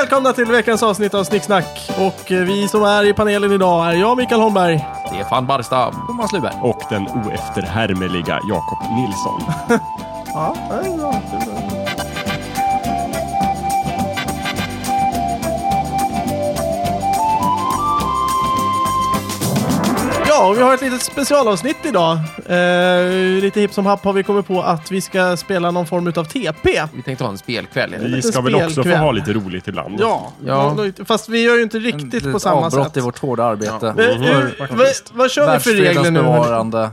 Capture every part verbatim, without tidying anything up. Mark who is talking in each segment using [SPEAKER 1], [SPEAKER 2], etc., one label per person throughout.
[SPEAKER 1] välkomna till veckans avsnitt av Snicksnack. Och vi som är i panelen idag är jag, Mikael Holmberg,
[SPEAKER 2] Stefan Barstam, Thomas Luberg
[SPEAKER 3] och den oefterhärmeliga Jakob Nilsson.
[SPEAKER 1] Ja, det är bra. Ja, och vi har ett litet specialavsnitt idag. Eh, lite hipp som happ har vi kommit på att vi ska spela någon form av T P.
[SPEAKER 2] Vi tänkte ha en spelkväll.
[SPEAKER 3] Vi ska väl också få ha lite roligt ibland.
[SPEAKER 1] Ja,
[SPEAKER 2] ja.
[SPEAKER 1] Fast vi gör ju inte riktigt
[SPEAKER 4] en,
[SPEAKER 1] på samma
[SPEAKER 4] avbrott
[SPEAKER 1] sätt.
[SPEAKER 4] i vårt hårda arbete.
[SPEAKER 1] Ja. Men, mm. vad, vad kör vi för regler nu?
[SPEAKER 4] Bevarande.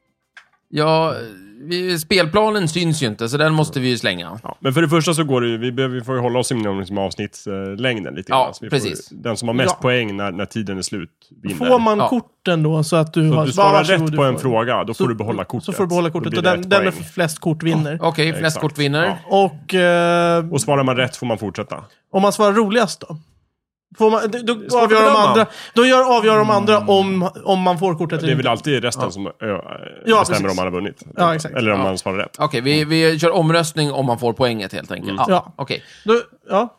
[SPEAKER 2] Ja, vi, spelplanen syns ju inte, så den måste vi ju slänga.
[SPEAKER 3] Ja, men för det första så går det ju, vi, behöver, vi får ju hålla oss inom liksom avsnittslängden lite
[SPEAKER 2] ja,
[SPEAKER 3] grann. Så vi
[SPEAKER 2] precis.
[SPEAKER 3] Får, den som har mest
[SPEAKER 1] ja.
[SPEAKER 3] poäng när, när tiden är slut vinner.
[SPEAKER 1] Får man
[SPEAKER 2] ja.
[SPEAKER 1] korten då så att du
[SPEAKER 3] så
[SPEAKER 1] har...
[SPEAKER 3] du svarar
[SPEAKER 1] varsågod,
[SPEAKER 3] rätt
[SPEAKER 1] du
[SPEAKER 3] på en
[SPEAKER 1] får.
[SPEAKER 3] fråga, då
[SPEAKER 1] så,
[SPEAKER 3] får du behålla kortet.
[SPEAKER 1] Så får du behålla kortet och den, den med flest kort vinner.
[SPEAKER 2] Okej, okay, flest
[SPEAKER 3] Exakt.
[SPEAKER 2] kort vinner.
[SPEAKER 3] Ja.
[SPEAKER 1] Och, eh,
[SPEAKER 3] och svarar man rätt får man fortsätta.
[SPEAKER 1] om man svarar roligast då? Får man, då, då,
[SPEAKER 3] Ska
[SPEAKER 1] avgör de
[SPEAKER 3] bedöma?
[SPEAKER 1] andra, då gör, avgör de andra om, om man får kortet.
[SPEAKER 3] Det är väl alltid resten
[SPEAKER 2] ja.
[SPEAKER 3] som ö,
[SPEAKER 1] Ja,
[SPEAKER 3] bestämmer
[SPEAKER 1] precis.
[SPEAKER 3] om man har vunnit.
[SPEAKER 1] Ja, exakt.
[SPEAKER 3] Eller om
[SPEAKER 2] ja.
[SPEAKER 3] man svarar rätt.
[SPEAKER 2] Okej, okay, vi, vi kör omröstning om man får poänget helt enkelt.
[SPEAKER 3] Mm.
[SPEAKER 1] Ja.
[SPEAKER 2] Okej.
[SPEAKER 1] Då, ja.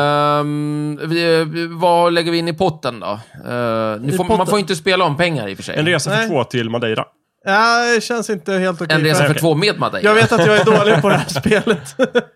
[SPEAKER 2] Ehm, vi, vad lägger vi in i potten då? Uh, ni får,
[SPEAKER 1] potten?
[SPEAKER 2] Man får inte spela om pengar i och för sig.
[SPEAKER 3] En resa för
[SPEAKER 1] Nej.
[SPEAKER 3] två till Madeira.
[SPEAKER 1] Ja, det känns inte helt okej.
[SPEAKER 2] En resa
[SPEAKER 1] för-
[SPEAKER 2] för
[SPEAKER 3] okej.
[SPEAKER 2] två med Madeira.
[SPEAKER 1] Jag vet att jag är dålig på det här spelet.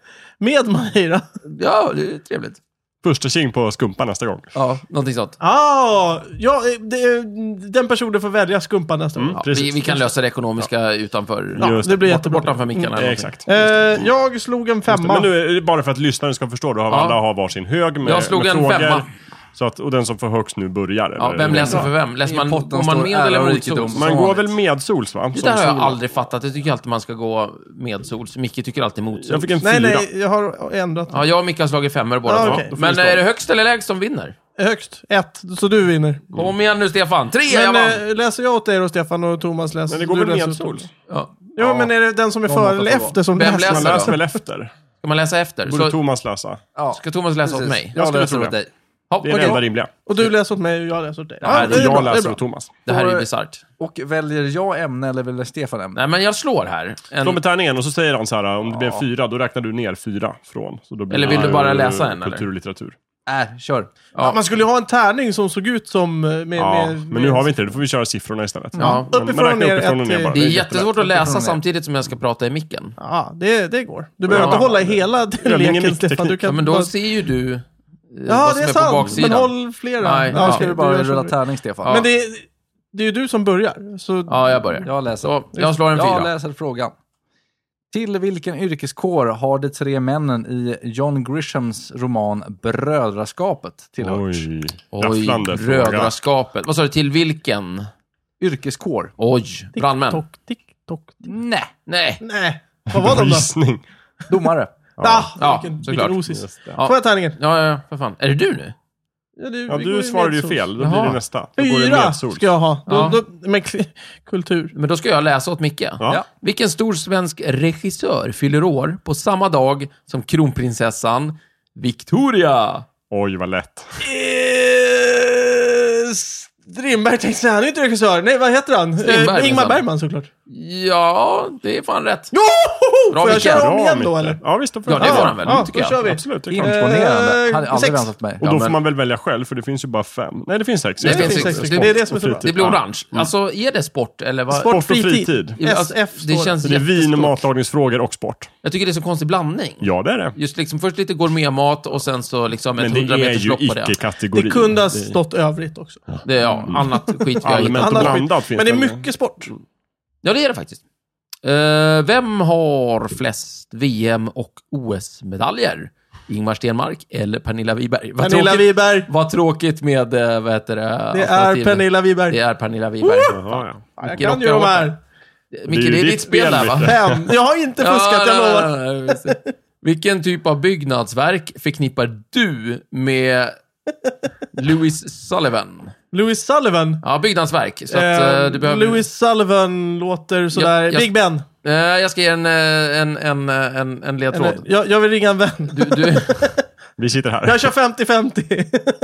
[SPEAKER 1] Med Madeira.
[SPEAKER 2] Ja, det är trevligt.
[SPEAKER 3] Första king på skumpa nästa gång.
[SPEAKER 2] Ja, någonting sånt.
[SPEAKER 1] Ah, ja, det, den personen får välja skumpa nästa gång.
[SPEAKER 3] Mm.
[SPEAKER 2] Ja,
[SPEAKER 3] Precis.
[SPEAKER 2] vi, vi kan lösa det ekonomiska utanför.
[SPEAKER 1] Ja,
[SPEAKER 3] Just
[SPEAKER 1] det blir
[SPEAKER 2] bort,
[SPEAKER 1] jättebra.
[SPEAKER 2] bortanför mickarna.
[SPEAKER 3] Mm, exakt.
[SPEAKER 1] Eh, jag slog en femma.
[SPEAKER 3] Men nu är det bara för att lyssnaren ska förstå, då har
[SPEAKER 2] Ja.
[SPEAKER 3] alla har varsin hög med,
[SPEAKER 2] Jag slog
[SPEAKER 3] med
[SPEAKER 2] en
[SPEAKER 3] frågor.
[SPEAKER 2] femma.
[SPEAKER 3] Så att, och den som får högst nu börjar.
[SPEAKER 2] Ja,
[SPEAKER 3] eller?
[SPEAKER 2] vem läser för vem? Läser
[SPEAKER 4] I
[SPEAKER 2] man,
[SPEAKER 4] potten
[SPEAKER 2] går man
[SPEAKER 4] står
[SPEAKER 2] med
[SPEAKER 4] ära
[SPEAKER 2] eller
[SPEAKER 4] och
[SPEAKER 2] mot
[SPEAKER 4] rikedom.
[SPEAKER 2] sols?
[SPEAKER 3] Man
[SPEAKER 4] som
[SPEAKER 3] går
[SPEAKER 4] vanligt.
[SPEAKER 3] väl med sols, va?
[SPEAKER 2] Det
[SPEAKER 3] Som
[SPEAKER 2] där har jag
[SPEAKER 3] sol.
[SPEAKER 2] aldrig fattat. Jag tycker alltid man ska gå med sols. Micke tycker alltid mot
[SPEAKER 3] Jag
[SPEAKER 2] sols.
[SPEAKER 3] fick en
[SPEAKER 1] Nej,
[SPEAKER 3] fyra.
[SPEAKER 1] nej, jag har ändrat.
[SPEAKER 2] Ja, jag och Micke har slagit femmer båda
[SPEAKER 1] Ja,
[SPEAKER 2] två.
[SPEAKER 1] okej. Då
[SPEAKER 3] får
[SPEAKER 2] Men
[SPEAKER 3] vi slå.
[SPEAKER 2] är det högst eller lägst som vinner?
[SPEAKER 1] Högst. Ett. Så du vinner.
[SPEAKER 2] Kom igen nu, Stefan. Tre, jag
[SPEAKER 1] Men
[SPEAKER 2] vann!
[SPEAKER 1] eh, läser jag åt er och Stefan och Thomas läser.
[SPEAKER 3] Men det går
[SPEAKER 1] du
[SPEAKER 3] väl
[SPEAKER 1] läser
[SPEAKER 3] med
[SPEAKER 1] åt
[SPEAKER 3] sols?
[SPEAKER 1] Thomas.
[SPEAKER 2] Ja.
[SPEAKER 1] Jo,
[SPEAKER 4] Ja.
[SPEAKER 1] men är det den som är
[SPEAKER 4] De
[SPEAKER 1] före
[SPEAKER 4] måste
[SPEAKER 1] eller
[SPEAKER 4] få vara.
[SPEAKER 1] efter som
[SPEAKER 2] Vem
[SPEAKER 1] läser?
[SPEAKER 2] läser?
[SPEAKER 3] Man
[SPEAKER 2] då?
[SPEAKER 3] läser väl efter?
[SPEAKER 2] Ska man läsa efter?
[SPEAKER 3] Borde
[SPEAKER 2] Så
[SPEAKER 3] Thomas läsa?
[SPEAKER 4] Ja.
[SPEAKER 2] ska Thomas läsa åt
[SPEAKER 4] Precis.
[SPEAKER 2] mig?
[SPEAKER 4] Jag
[SPEAKER 3] skulle
[SPEAKER 4] läser
[SPEAKER 3] tro
[SPEAKER 4] åt
[SPEAKER 3] det.
[SPEAKER 4] dig.
[SPEAKER 2] Ja,
[SPEAKER 3] Det är det
[SPEAKER 2] okej.
[SPEAKER 3] enda rimliga.
[SPEAKER 1] Och du läser åt mig och jag läser åt dig.
[SPEAKER 2] Nej,
[SPEAKER 1] Ja,
[SPEAKER 2] det är
[SPEAKER 1] är bra,
[SPEAKER 3] Jag
[SPEAKER 1] det är
[SPEAKER 3] läser
[SPEAKER 1] bra.
[SPEAKER 3] åt Thomas.
[SPEAKER 2] Det här är ju
[SPEAKER 4] Och-
[SPEAKER 2] bisarrt.
[SPEAKER 4] Och väljer jag ämne eller väljer Stefan ämne?
[SPEAKER 2] Nej, men jag slår här. En...
[SPEAKER 3] Slå med tärningen och så säger han så här: om det blir en fyra, då räknar du ner fyra från. Så då blir
[SPEAKER 2] Eller vill
[SPEAKER 3] det
[SPEAKER 2] du bara
[SPEAKER 3] ju
[SPEAKER 2] läsa en, eller?
[SPEAKER 3] Kultur och litteratur.
[SPEAKER 4] Äh, kör.
[SPEAKER 1] Ja, man skulle ju ha en tärning som såg ut som... eh, Med,
[SPEAKER 3] Ja,
[SPEAKER 1] med,
[SPEAKER 3] men nu har vi inte det. Då får vi köra siffrorna istället.
[SPEAKER 2] Ja.
[SPEAKER 3] Men,
[SPEAKER 1] Uppifrån
[SPEAKER 3] men räkna
[SPEAKER 1] ner,
[SPEAKER 3] uppifrån och
[SPEAKER 1] ett
[SPEAKER 3] ner
[SPEAKER 1] till-
[SPEAKER 3] bara.
[SPEAKER 2] Det är
[SPEAKER 3] jättelätt.
[SPEAKER 2] jättesvårt att läsa
[SPEAKER 4] Uppifrån och ner.
[SPEAKER 2] samtidigt som jag ska prata i micken.
[SPEAKER 1] Ja, det, det går. Du behöver
[SPEAKER 3] Ja.
[SPEAKER 1] inte hålla i hela
[SPEAKER 3] är ingen
[SPEAKER 1] leken,
[SPEAKER 3] mickteknik.
[SPEAKER 1] Stefan. Du kan
[SPEAKER 2] Ja, men då
[SPEAKER 1] bara...
[SPEAKER 2] ser ju du eh,
[SPEAKER 1] Ja,
[SPEAKER 2] vad
[SPEAKER 1] det
[SPEAKER 2] som
[SPEAKER 1] är
[SPEAKER 2] är på
[SPEAKER 1] sant.
[SPEAKER 2] baksidan.
[SPEAKER 1] Men håll flera.
[SPEAKER 2] Nej,
[SPEAKER 1] Ja,
[SPEAKER 2] ja.
[SPEAKER 4] Nu ska
[SPEAKER 1] du
[SPEAKER 4] du bara
[SPEAKER 1] gör så.
[SPEAKER 4] rulla tärning, Stefan.
[SPEAKER 1] Men det är, det är ju du som börjar. Så...
[SPEAKER 2] Ja, jag börjar.
[SPEAKER 4] Jag läser.
[SPEAKER 2] Så, jag slår en
[SPEAKER 4] Jag
[SPEAKER 2] fyra.
[SPEAKER 4] läser frågan. Till vilken yrkeskår har de tre männen i John Grishams roman Brödraskapet tillhört?
[SPEAKER 3] Oj,
[SPEAKER 2] Oj,
[SPEAKER 3] rafflande fråga.
[SPEAKER 2] brödraskapet. Vad sa du, till vilken?
[SPEAKER 4] Yrkeskår?
[SPEAKER 2] Oj, brandmän.
[SPEAKER 1] Tick-tock, tick-tock.
[SPEAKER 4] Nej.
[SPEAKER 2] Nej.
[SPEAKER 1] Nej. Vad var de då?
[SPEAKER 3] Gissning.
[SPEAKER 4] Domare.
[SPEAKER 1] Ja,
[SPEAKER 2] Ja,
[SPEAKER 1] vilken,
[SPEAKER 2] såklart.
[SPEAKER 1] vilken osis.
[SPEAKER 3] Just det.
[SPEAKER 2] Ja.
[SPEAKER 1] Får jag tärningen?
[SPEAKER 2] Ja, ja, ja, för fan. Är det du nu?
[SPEAKER 1] Ja, det,
[SPEAKER 3] Ja,
[SPEAKER 1] vi går
[SPEAKER 3] du
[SPEAKER 1] i
[SPEAKER 3] svarade ju
[SPEAKER 1] medsols.
[SPEAKER 3] fel. Då
[SPEAKER 2] Jaha.
[SPEAKER 3] blir det nästa. Då går det
[SPEAKER 1] Fyra
[SPEAKER 3] med sols.
[SPEAKER 1] ska jag ha. Då,
[SPEAKER 2] Ja.
[SPEAKER 1] då, med k- kultur.
[SPEAKER 2] Men då ska jag läsa åt Micke.
[SPEAKER 3] Ja.
[SPEAKER 4] Ja.
[SPEAKER 2] Vilken stor svensk regissör fyller år på samma dag som kronprinsessan Victoria?
[SPEAKER 3] Oj, vad lätt.
[SPEAKER 1] Eh, Strindberg tänkte säga, han är inte regissör. Nej, vad heter han?
[SPEAKER 2] Strindberg,
[SPEAKER 1] Eh, Ingmar
[SPEAKER 2] minsann.
[SPEAKER 1] Bergman såklart.
[SPEAKER 2] Ja, det är fan rätt.
[SPEAKER 1] Joho!
[SPEAKER 2] Bra,
[SPEAKER 1] Får jag
[SPEAKER 2] Micke.
[SPEAKER 1] köra om igen
[SPEAKER 3] Micke.
[SPEAKER 1] då, eller?
[SPEAKER 3] Ja, visst. Då får
[SPEAKER 2] Ja, det
[SPEAKER 3] jag-
[SPEAKER 2] får han väl,
[SPEAKER 1] Ja,
[SPEAKER 2] tycker
[SPEAKER 1] då
[SPEAKER 2] jag.
[SPEAKER 1] kör vi.
[SPEAKER 3] Absolut, det kan.
[SPEAKER 1] Eh,
[SPEAKER 4] Imponerande. Hade aldrig
[SPEAKER 1] sex.
[SPEAKER 4] väntat mig.
[SPEAKER 3] Och då
[SPEAKER 2] Ja,
[SPEAKER 3] får
[SPEAKER 2] men-
[SPEAKER 3] man väl välja själv, för det finns ju bara fem. Nej, det finns sex.
[SPEAKER 2] Det
[SPEAKER 3] Just
[SPEAKER 2] finns
[SPEAKER 1] finns
[SPEAKER 2] sex.
[SPEAKER 1] sex
[SPEAKER 2] Det-
[SPEAKER 1] stycken. Det är det som är
[SPEAKER 3] och
[SPEAKER 1] så bra.
[SPEAKER 3] fritid.
[SPEAKER 2] Det blir
[SPEAKER 3] Ja.
[SPEAKER 2] orange. Alltså, är det sport eller vad?
[SPEAKER 1] Sport.
[SPEAKER 3] Sport och fritid.
[SPEAKER 1] S
[SPEAKER 2] Alltså,
[SPEAKER 1] F
[SPEAKER 2] det
[SPEAKER 1] står.
[SPEAKER 2] känns
[SPEAKER 3] Det är vin,
[SPEAKER 2] jättestort.
[SPEAKER 3] matlagningsfrågor och sport.
[SPEAKER 2] Jag tycker det är så konstig blandning.
[SPEAKER 3] Ja, det är det.
[SPEAKER 2] Just liksom först lite gourmetmat och sen så liksom ett
[SPEAKER 3] Men det
[SPEAKER 2] hundra
[SPEAKER 3] är
[SPEAKER 2] meters
[SPEAKER 3] ju
[SPEAKER 2] lopp på det.
[SPEAKER 3] icke-kategori.
[SPEAKER 1] Det kunde ha
[SPEAKER 3] Det är
[SPEAKER 1] stått övrigt också.
[SPEAKER 2] Det är ja, annat skit vi har
[SPEAKER 3] Allmänt
[SPEAKER 2] hittat.
[SPEAKER 3] och
[SPEAKER 1] Annat
[SPEAKER 3] blandat finns
[SPEAKER 1] Men det är
[SPEAKER 3] det.
[SPEAKER 1] mycket sport.
[SPEAKER 2] Ja, det är det faktiskt. Uh, vem har flest V M och O S-medaljer? Ingmar Stenmark eller Pernilla Wiberg? Vad
[SPEAKER 1] Pernilla
[SPEAKER 2] tråkigt,
[SPEAKER 1] Wiberg.
[SPEAKER 2] vad tråkigt med, uh, vad heter det?
[SPEAKER 1] Det är
[SPEAKER 2] alternativ.
[SPEAKER 1] Pernilla Wiberg.
[SPEAKER 2] Det är Pernilla Wiberg.
[SPEAKER 3] Jaha, ja.
[SPEAKER 1] Ja, jag
[SPEAKER 2] Micke
[SPEAKER 1] kan ju
[SPEAKER 2] rockar
[SPEAKER 1] de
[SPEAKER 2] hårt.
[SPEAKER 1] här.
[SPEAKER 2] Micke,
[SPEAKER 3] Det är
[SPEAKER 2] det är
[SPEAKER 3] ju
[SPEAKER 2] ditt
[SPEAKER 3] ditt
[SPEAKER 2] spel där, va?
[SPEAKER 3] spel,
[SPEAKER 1] Fem. Jag har inte fuskat, jag
[SPEAKER 2] Ja,
[SPEAKER 1] lovar.
[SPEAKER 2] nej, nej, nej, visst. Vilken typ av byggnadsverk förknippar du med Louis Sullivan?
[SPEAKER 1] Louis Sullivan.
[SPEAKER 2] Ja, byggnadsverk. Så att,
[SPEAKER 1] Eh,
[SPEAKER 2] eh, du behöver...
[SPEAKER 1] Louis Sullivan låter sådär.
[SPEAKER 2] Jag- jag-
[SPEAKER 1] Big Ben.
[SPEAKER 2] Eh, jag ska ge en, eh, en, en, eh, en, en ledtråd.
[SPEAKER 1] Eller, jag, jag vill ringa en vän.
[SPEAKER 2] Du, du,
[SPEAKER 3] Vi sitter här.
[SPEAKER 1] Jag kör femtio femtio.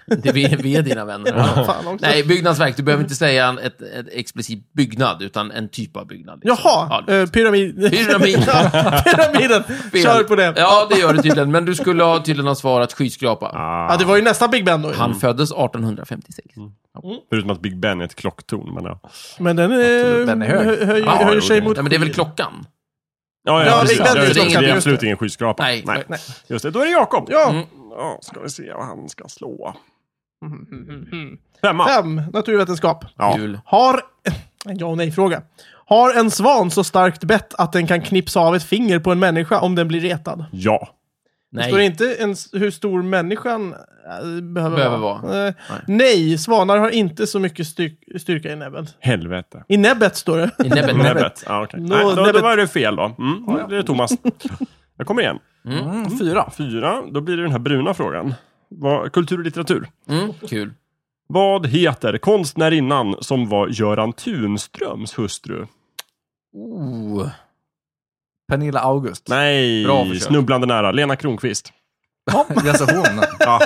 [SPEAKER 2] Det är vi, vi är dina vänner.
[SPEAKER 1] Ja, fan också.
[SPEAKER 2] Nej, byggnadsverk. Du behöver inte säga en, ett, ett explicit byggnad, utan en typ av byggnad. Liksom.
[SPEAKER 1] Jaha,
[SPEAKER 2] Ja,
[SPEAKER 1] eh, pyramid.
[SPEAKER 2] Pyramid.
[SPEAKER 1] Ja, pyramiden.
[SPEAKER 2] fel.
[SPEAKER 1] Kör på det.
[SPEAKER 2] Ja, det gör det tydligen. Men du skulle ha tydligen ha svarat skyskrapa.
[SPEAKER 3] Ah.
[SPEAKER 1] Ja, det var ju nästa Big Ben då.
[SPEAKER 2] Han föddes arton femtiosex.
[SPEAKER 3] Förutom att Big Ben är ett klocktorn. Men ja,
[SPEAKER 1] Men den är,
[SPEAKER 4] Den är hög.
[SPEAKER 1] hö- höj,
[SPEAKER 3] Ja,
[SPEAKER 1] höjer
[SPEAKER 3] jo,
[SPEAKER 1] sig
[SPEAKER 3] det-
[SPEAKER 1] mot
[SPEAKER 2] Ja, men det är väl
[SPEAKER 1] sky.
[SPEAKER 2] klockan?
[SPEAKER 3] ja, ja,
[SPEAKER 1] Ja,
[SPEAKER 3] precis.
[SPEAKER 1] Big Ben
[SPEAKER 3] Ja,
[SPEAKER 1] är
[SPEAKER 3] just det,
[SPEAKER 1] klockan,
[SPEAKER 3] det är
[SPEAKER 1] just
[SPEAKER 3] absolut
[SPEAKER 1] det.
[SPEAKER 3] ingen skyskrapa.
[SPEAKER 2] Nej.
[SPEAKER 3] Nej.
[SPEAKER 1] Nej.
[SPEAKER 3] Just det, då är det Jakob.
[SPEAKER 1] Ja.
[SPEAKER 2] Mm.
[SPEAKER 3] Ja, ska vi se vad han ska slå. Femma.
[SPEAKER 1] Fem, naturvetenskap.
[SPEAKER 3] Ja.
[SPEAKER 2] Kul.
[SPEAKER 1] Har... En ja och nej-fråga. Har en svan så starkt bett att den kan knipsa av ett finger på en människa om den blir retad?
[SPEAKER 3] Ja.
[SPEAKER 1] Det står
[SPEAKER 2] Nej.
[SPEAKER 1] inte ens hur stor människan äh, behöver,
[SPEAKER 2] Behöver
[SPEAKER 1] vara.
[SPEAKER 2] vara.
[SPEAKER 1] Eh, nej, svanar har inte så mycket styrk, styrka i näbbet.
[SPEAKER 3] Helvete.
[SPEAKER 1] I näbbet står det.
[SPEAKER 2] I näbbet.
[SPEAKER 3] Näbbet. Ja, okej.
[SPEAKER 1] Nå,
[SPEAKER 3] Nej, då, då
[SPEAKER 1] näbbet.
[SPEAKER 3] var det fel då. Mm, det är Thomas. Jag kommer igen.
[SPEAKER 4] Mm, fyra.
[SPEAKER 3] Fyra. Då blir det den här bruna frågan. Vad, kultur och litteratur.
[SPEAKER 2] Mm, kul.
[SPEAKER 3] Vad heter konstnärinnan som var Göran Tunströms hustru?
[SPEAKER 2] Oh.
[SPEAKER 4] Pernilla August.
[SPEAKER 3] Nej,
[SPEAKER 2] Bra försök.
[SPEAKER 3] snubblande nära. Lena Kronqvist.
[SPEAKER 4] Ja, alltså hon.
[SPEAKER 3] Ja,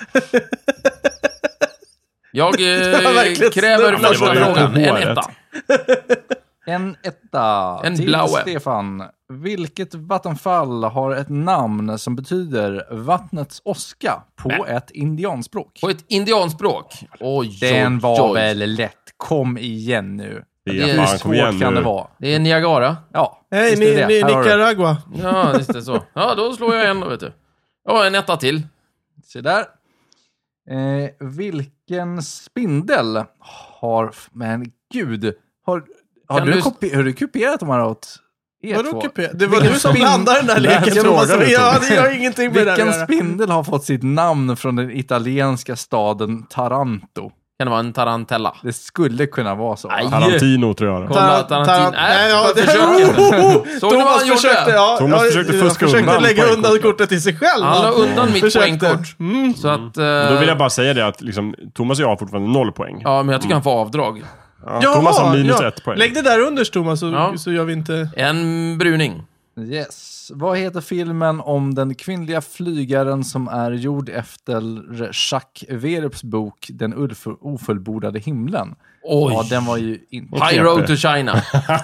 [SPEAKER 2] Jag
[SPEAKER 1] var
[SPEAKER 2] eh,
[SPEAKER 1] verkligen
[SPEAKER 2] kräver
[SPEAKER 1] snubblande
[SPEAKER 2] första
[SPEAKER 3] nära.
[SPEAKER 2] frågan. En
[SPEAKER 3] Håret.
[SPEAKER 2] etta.
[SPEAKER 4] En etta
[SPEAKER 2] En
[SPEAKER 4] till
[SPEAKER 2] blaue.
[SPEAKER 4] Stefan. Vilket vattenfall har ett namn som betyder vattnets åska på ett indianspråk?
[SPEAKER 2] På ett indianspråk. Oj,
[SPEAKER 4] Den
[SPEAKER 2] oj,
[SPEAKER 4] var
[SPEAKER 2] oj.
[SPEAKER 4] väl lätt. Kom igen nu.
[SPEAKER 3] det
[SPEAKER 2] Det är
[SPEAKER 3] är
[SPEAKER 4] Hur
[SPEAKER 3] fan, kom igen
[SPEAKER 4] svårt kan
[SPEAKER 3] nu.
[SPEAKER 4] det vara?
[SPEAKER 2] Det är Niagara.
[SPEAKER 4] Ja,
[SPEAKER 1] Nej,
[SPEAKER 4] visst
[SPEAKER 1] ni,
[SPEAKER 4] är det.
[SPEAKER 1] ni,
[SPEAKER 4] Här har du.
[SPEAKER 1] Nicaragua.
[SPEAKER 2] Ja, visst är det så. Ja, då slår jag en då, vet du. Ja, en etta till.
[SPEAKER 4] Se där. Eh, vilken spindel har... Men gud. Har, har,
[SPEAKER 2] Kan
[SPEAKER 4] du,
[SPEAKER 2] du-
[SPEAKER 4] kopi, har du kuperat de här åt er
[SPEAKER 1] Vadå
[SPEAKER 4] två?
[SPEAKER 1] kupé? Det var
[SPEAKER 4] Vilken
[SPEAKER 1] du som
[SPEAKER 4] spin-
[SPEAKER 1] blandade den där
[SPEAKER 3] Lät
[SPEAKER 1] leken.
[SPEAKER 3] som
[SPEAKER 1] Thomas.
[SPEAKER 3] frågan,
[SPEAKER 1] Ja, det gör ingenting med det
[SPEAKER 4] Vilken
[SPEAKER 1] där att göra.
[SPEAKER 4] spindel har fått sitt namn från den italienska staden Taranto?
[SPEAKER 2] Kan det vara en tarantella?
[SPEAKER 4] Det skulle kunna vara så.
[SPEAKER 2] Aj.
[SPEAKER 3] Tarantino tror jag. Då.
[SPEAKER 2] Kolla,
[SPEAKER 1] Ta-
[SPEAKER 2] Tarantino.
[SPEAKER 1] ta-
[SPEAKER 2] Nej,
[SPEAKER 1] nej, ja,
[SPEAKER 2] jag
[SPEAKER 1] det-
[SPEAKER 2] försöker. Såg ni vad
[SPEAKER 1] Thomas
[SPEAKER 2] han gjorde?
[SPEAKER 1] försökte, ja,
[SPEAKER 3] Thomas
[SPEAKER 1] ja,
[SPEAKER 3] försökte
[SPEAKER 1] jag
[SPEAKER 3] fuska
[SPEAKER 1] försökte
[SPEAKER 3] undan
[SPEAKER 1] lägga undan
[SPEAKER 3] poängkortet.
[SPEAKER 1] kortet till sig själv.
[SPEAKER 2] Han la undan mitt
[SPEAKER 1] Försökte.
[SPEAKER 2] poängkort.
[SPEAKER 1] Mm.
[SPEAKER 2] Så att...
[SPEAKER 3] Då
[SPEAKER 2] eh,
[SPEAKER 3] vill jag bara säga det att liksom, Thomas och jag har fortfarande noll poäng.
[SPEAKER 2] Ja, men jag tycker han får avdrag.
[SPEAKER 3] Ja,
[SPEAKER 1] Jaha,
[SPEAKER 3] Thomas har minus
[SPEAKER 1] ja.
[SPEAKER 3] ett poäng.
[SPEAKER 1] Lägg det där under, Thomas, så,
[SPEAKER 2] Ja.
[SPEAKER 1] så gör vi inte...
[SPEAKER 2] En bruning.
[SPEAKER 4] Yes. Vad heter filmen om den kvinnliga flygaren som är gjord efter Jacques Werups bok Den ulf- ofullbordade himlen?
[SPEAKER 2] Oj.
[SPEAKER 4] Ja, den var ju inte...
[SPEAKER 2] High Road to China.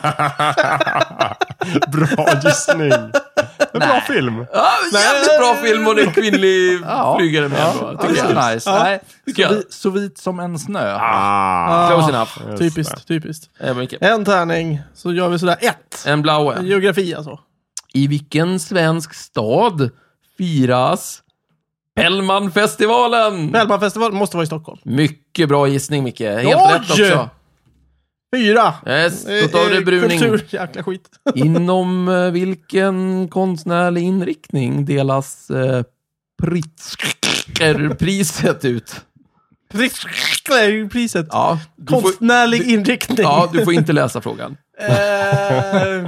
[SPEAKER 3] Bra gissning. En bra film.
[SPEAKER 2] Ja, jävligt bra film och det är kvinnlig
[SPEAKER 4] Ja.
[SPEAKER 2] flygare med.
[SPEAKER 4] Ja,
[SPEAKER 2] Bra,
[SPEAKER 4] det
[SPEAKER 2] tycker
[SPEAKER 4] är
[SPEAKER 2] jag.
[SPEAKER 4] nice.
[SPEAKER 1] Ja.
[SPEAKER 4] Nej,
[SPEAKER 2] Tycker jag.
[SPEAKER 4] så, vi, så vit som en snö.
[SPEAKER 3] Ah,
[SPEAKER 2] Close enough.
[SPEAKER 3] just
[SPEAKER 1] Typiskt,
[SPEAKER 3] det.
[SPEAKER 1] typiskt.
[SPEAKER 2] Eh, Micke.
[SPEAKER 1] En tärning, så gör vi sådär ett.
[SPEAKER 2] En blaue.
[SPEAKER 1] Geografi alltså.
[SPEAKER 2] I vilken svensk stad firas Bellmanfestivalen?
[SPEAKER 1] Mellmanfestivalen måste vara i Stockholm.
[SPEAKER 2] Mycket bra gissning, Micke. Helt
[SPEAKER 1] Oj!
[SPEAKER 2] rätt också.
[SPEAKER 1] Fyra.
[SPEAKER 2] Yes,
[SPEAKER 1] Eh,
[SPEAKER 2] då tar du
[SPEAKER 1] eh,
[SPEAKER 2] bruning.
[SPEAKER 1] Kultur, jäkla skit.
[SPEAKER 2] Inom eh, vilken konstnärlig inriktning delas eh, Pritzker-priset ut?
[SPEAKER 1] Priset.
[SPEAKER 2] Ja, du får,
[SPEAKER 1] Konstnärlig inriktning.
[SPEAKER 2] ja, du får inte läsa frågan.
[SPEAKER 1] Eh,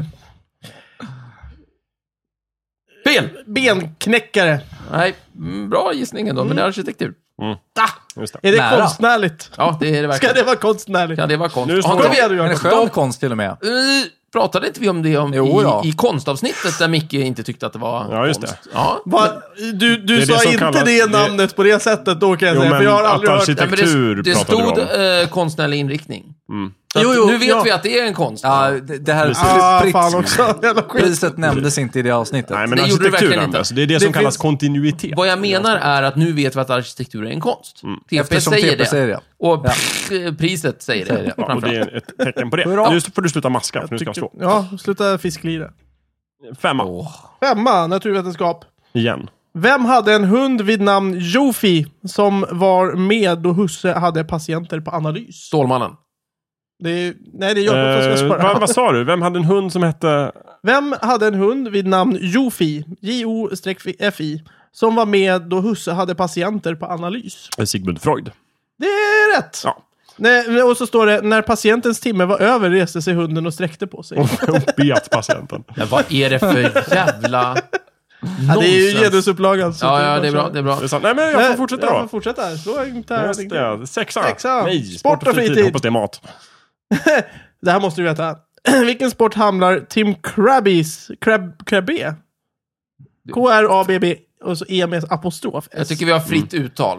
[SPEAKER 2] Fel!
[SPEAKER 1] benknäckare.
[SPEAKER 2] Nej, mm, bra gissning ändå, men det är arkitektur.
[SPEAKER 3] Just det.
[SPEAKER 1] Är det
[SPEAKER 4] Nära.
[SPEAKER 1] konstnärligt?
[SPEAKER 2] Ja, det är det
[SPEAKER 1] Ska
[SPEAKER 2] verkligen.
[SPEAKER 1] det vara konstnärligt?
[SPEAKER 2] Kan det vara konst?
[SPEAKER 3] Nu står
[SPEAKER 2] Har
[SPEAKER 3] det-
[SPEAKER 2] inte vi,
[SPEAKER 1] du
[SPEAKER 4] En
[SPEAKER 1] gör
[SPEAKER 4] skön konst till och med.
[SPEAKER 2] eh, pratade inte vi om det om,
[SPEAKER 4] Jo, ja.
[SPEAKER 2] i, i konstavsnittet där Micke inte tyckte att det var
[SPEAKER 3] Ja, just
[SPEAKER 2] konst?
[SPEAKER 3] det.
[SPEAKER 2] Ja.
[SPEAKER 1] Va? Du, du
[SPEAKER 3] Det är
[SPEAKER 1] sa
[SPEAKER 3] det som
[SPEAKER 1] inte
[SPEAKER 3] kallas-
[SPEAKER 1] det
[SPEAKER 3] det-
[SPEAKER 1] namnet på det sättet då kan jag
[SPEAKER 3] Jo,
[SPEAKER 1] säga,
[SPEAKER 3] men
[SPEAKER 1] för jag har
[SPEAKER 3] att
[SPEAKER 1] aldrig hört...
[SPEAKER 3] arkitektur-
[SPEAKER 2] Ja, men det, det
[SPEAKER 3] pratade
[SPEAKER 2] stod
[SPEAKER 3] du
[SPEAKER 2] eh, konstnärlig inriktning.
[SPEAKER 3] Mm.
[SPEAKER 2] Så att
[SPEAKER 1] Jo, jo,
[SPEAKER 2] nu vet
[SPEAKER 1] ja.
[SPEAKER 2] vi att det är en konst.
[SPEAKER 4] Ja, det, det här
[SPEAKER 3] Precis.
[SPEAKER 1] Ah,
[SPEAKER 4] Pritz-
[SPEAKER 1] fan också. Jävla skit.
[SPEAKER 4] priset nämndes inte i det avsnittet.
[SPEAKER 3] Nej, men
[SPEAKER 2] Det gjorde det
[SPEAKER 3] arkitektur
[SPEAKER 2] verkligen
[SPEAKER 3] används.
[SPEAKER 2] inte.
[SPEAKER 3] Det är det,
[SPEAKER 1] Det
[SPEAKER 3] som kallas
[SPEAKER 1] finns-
[SPEAKER 3] kontinuitet.
[SPEAKER 2] Vad jag menar är att nu vet vi att arkitektur är en konst. T P
[SPEAKER 4] Eftersom
[SPEAKER 2] säger
[SPEAKER 4] T P
[SPEAKER 2] det.
[SPEAKER 4] säger det.
[SPEAKER 2] Och pff, priset säger det.
[SPEAKER 4] Säger det.
[SPEAKER 3] Ja, och
[SPEAKER 2] framförallt.
[SPEAKER 3] det är ett tecken på det.
[SPEAKER 4] Hurra.
[SPEAKER 3] Nu får du sluta maska, för nu ska jag slå.
[SPEAKER 1] Ja, sluta fisklira.
[SPEAKER 3] Femma.
[SPEAKER 2] Åh.
[SPEAKER 1] Femma, naturvetenskap.
[SPEAKER 3] Igen.
[SPEAKER 1] Vem hade en hund vid namn Jofi som var med då husse hade patienter på analys?
[SPEAKER 2] Stålmannen.
[SPEAKER 1] Det är, nej, det är Jakob som ska
[SPEAKER 3] Eh,
[SPEAKER 1] svara.
[SPEAKER 3] vad, vad sa du? Vem hade en hund som hette...
[SPEAKER 1] Vem hade en hund vid namn Jofi, J O F I, som var med då husse hade patienter på analys?
[SPEAKER 3] Sigmund Freud.
[SPEAKER 1] Det är rätt!
[SPEAKER 3] Ja.
[SPEAKER 1] Nej, och så står det, när patientens timme var över reste sig hunden och sträckte på sig.
[SPEAKER 3] Och bet patienten.
[SPEAKER 2] Men vad är det för jävla
[SPEAKER 1] Ja, det är ju
[SPEAKER 2] nonsens?
[SPEAKER 1] genusupplagan. så
[SPEAKER 2] Ja, ja, det är bra.
[SPEAKER 1] bara
[SPEAKER 2] Det är bra.
[SPEAKER 3] Det är sant. Nej, men jag får fortsätta
[SPEAKER 1] Jag
[SPEAKER 3] då.
[SPEAKER 1] får fortsätta här. Slå en
[SPEAKER 3] Just
[SPEAKER 1] tärning.
[SPEAKER 3] det. Sexa.
[SPEAKER 1] Sexa.
[SPEAKER 3] Nej,
[SPEAKER 1] Sport och fritid.
[SPEAKER 3] Hoppas det är mat.
[SPEAKER 1] Det här måste du veta. Vilken sport hamnar Tim Krabbies, Crab, Krabbe? K R A B B och så E med apostrof.
[SPEAKER 2] Jag tycker vi har fritt uttal.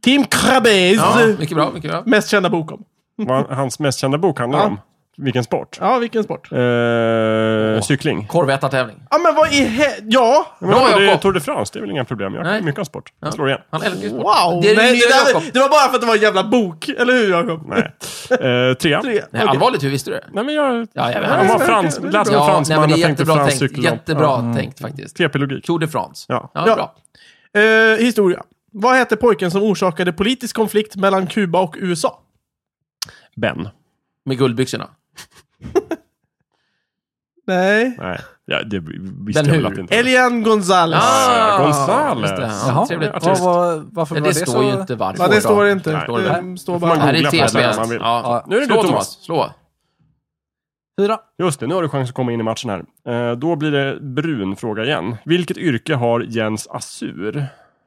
[SPEAKER 1] Tim Krabbeis
[SPEAKER 2] Ja, mycket bra, mycket bra.
[SPEAKER 1] mest kända bok om.
[SPEAKER 3] Vad hans mest kända bok handlar
[SPEAKER 1] Ja.
[SPEAKER 3] om? Vilken sport?
[SPEAKER 1] Ja, vilken sport?
[SPEAKER 3] Eh, cykling.
[SPEAKER 2] Korvätartävling.
[SPEAKER 1] Ja, men vad i he- Ja!
[SPEAKER 3] Men
[SPEAKER 2] Bra,
[SPEAKER 3] det är
[SPEAKER 2] Jakob.
[SPEAKER 3] Tour de France, det är väl inga problem. Jag
[SPEAKER 2] Nej.
[SPEAKER 3] kan mycket om sport. Jag slår igen.
[SPEAKER 2] Han älskar ju sport.
[SPEAKER 1] Wow!
[SPEAKER 2] Det är
[SPEAKER 1] Nej,
[SPEAKER 2] det
[SPEAKER 1] det,
[SPEAKER 2] nya
[SPEAKER 1] där,
[SPEAKER 2] Jakob.
[SPEAKER 1] det var bara för att det var en jävla bok, eller hur Jakob?
[SPEAKER 3] Nej. Eh, trea.
[SPEAKER 1] Tre.
[SPEAKER 2] Nej,
[SPEAKER 1] Okej.
[SPEAKER 2] allvarligt, hur visste du det?
[SPEAKER 3] Nej, men jag...
[SPEAKER 2] Ja, jag vet.
[SPEAKER 3] Han var
[SPEAKER 1] okej,
[SPEAKER 3] frans,
[SPEAKER 1] okej,
[SPEAKER 3] lät som
[SPEAKER 1] det är
[SPEAKER 3] en
[SPEAKER 2] Ja,
[SPEAKER 3] fransman.
[SPEAKER 2] nej, men det är
[SPEAKER 3] jag tänkte
[SPEAKER 2] jättebra
[SPEAKER 3] fransk
[SPEAKER 2] tänkt.
[SPEAKER 3] cykellopp.
[SPEAKER 2] Jättebra tänkt faktiskt.
[SPEAKER 3] T P-logik.
[SPEAKER 2] Tour de France.
[SPEAKER 3] Ja.
[SPEAKER 2] Ja,
[SPEAKER 1] Ja.
[SPEAKER 2] bra.
[SPEAKER 1] Eh, historia. Vad hette pojken som orsakade politisk konflikt mellan Kuba och U S A?
[SPEAKER 3] Ben.
[SPEAKER 2] Med guldbyxorna.
[SPEAKER 1] Nej.
[SPEAKER 3] Nej, ja, det visste
[SPEAKER 2] Ben
[SPEAKER 3] jag väl
[SPEAKER 2] Hur?
[SPEAKER 3] att det inte.
[SPEAKER 1] Elian Gonzalez.
[SPEAKER 3] Ah, Gonzales.
[SPEAKER 2] just det. Ja,
[SPEAKER 4] Jaha.
[SPEAKER 2] trevligt.
[SPEAKER 4] Vad var, varför
[SPEAKER 2] Men
[SPEAKER 4] var
[SPEAKER 2] det
[SPEAKER 4] det
[SPEAKER 2] står
[SPEAKER 4] så?
[SPEAKER 2] ju inte varför.
[SPEAKER 1] Ja, det står
[SPEAKER 4] då?
[SPEAKER 1] inte.
[SPEAKER 3] Nej.
[SPEAKER 2] Står det.
[SPEAKER 1] Det står
[SPEAKER 3] Får
[SPEAKER 1] bara...
[SPEAKER 3] man
[SPEAKER 2] Här är
[SPEAKER 3] googla på det
[SPEAKER 2] T
[SPEAKER 3] om man vill.
[SPEAKER 2] P. Ja.
[SPEAKER 3] Nu är det
[SPEAKER 2] Slå,
[SPEAKER 3] du,
[SPEAKER 2] Thomas.
[SPEAKER 3] Thomas.
[SPEAKER 2] Slå.
[SPEAKER 4] Fyra.
[SPEAKER 3] Just det, nu har du chans att komma in i matchen här. Eh, då blir det brun fråga igen. Vilket yrke har Jens Assur?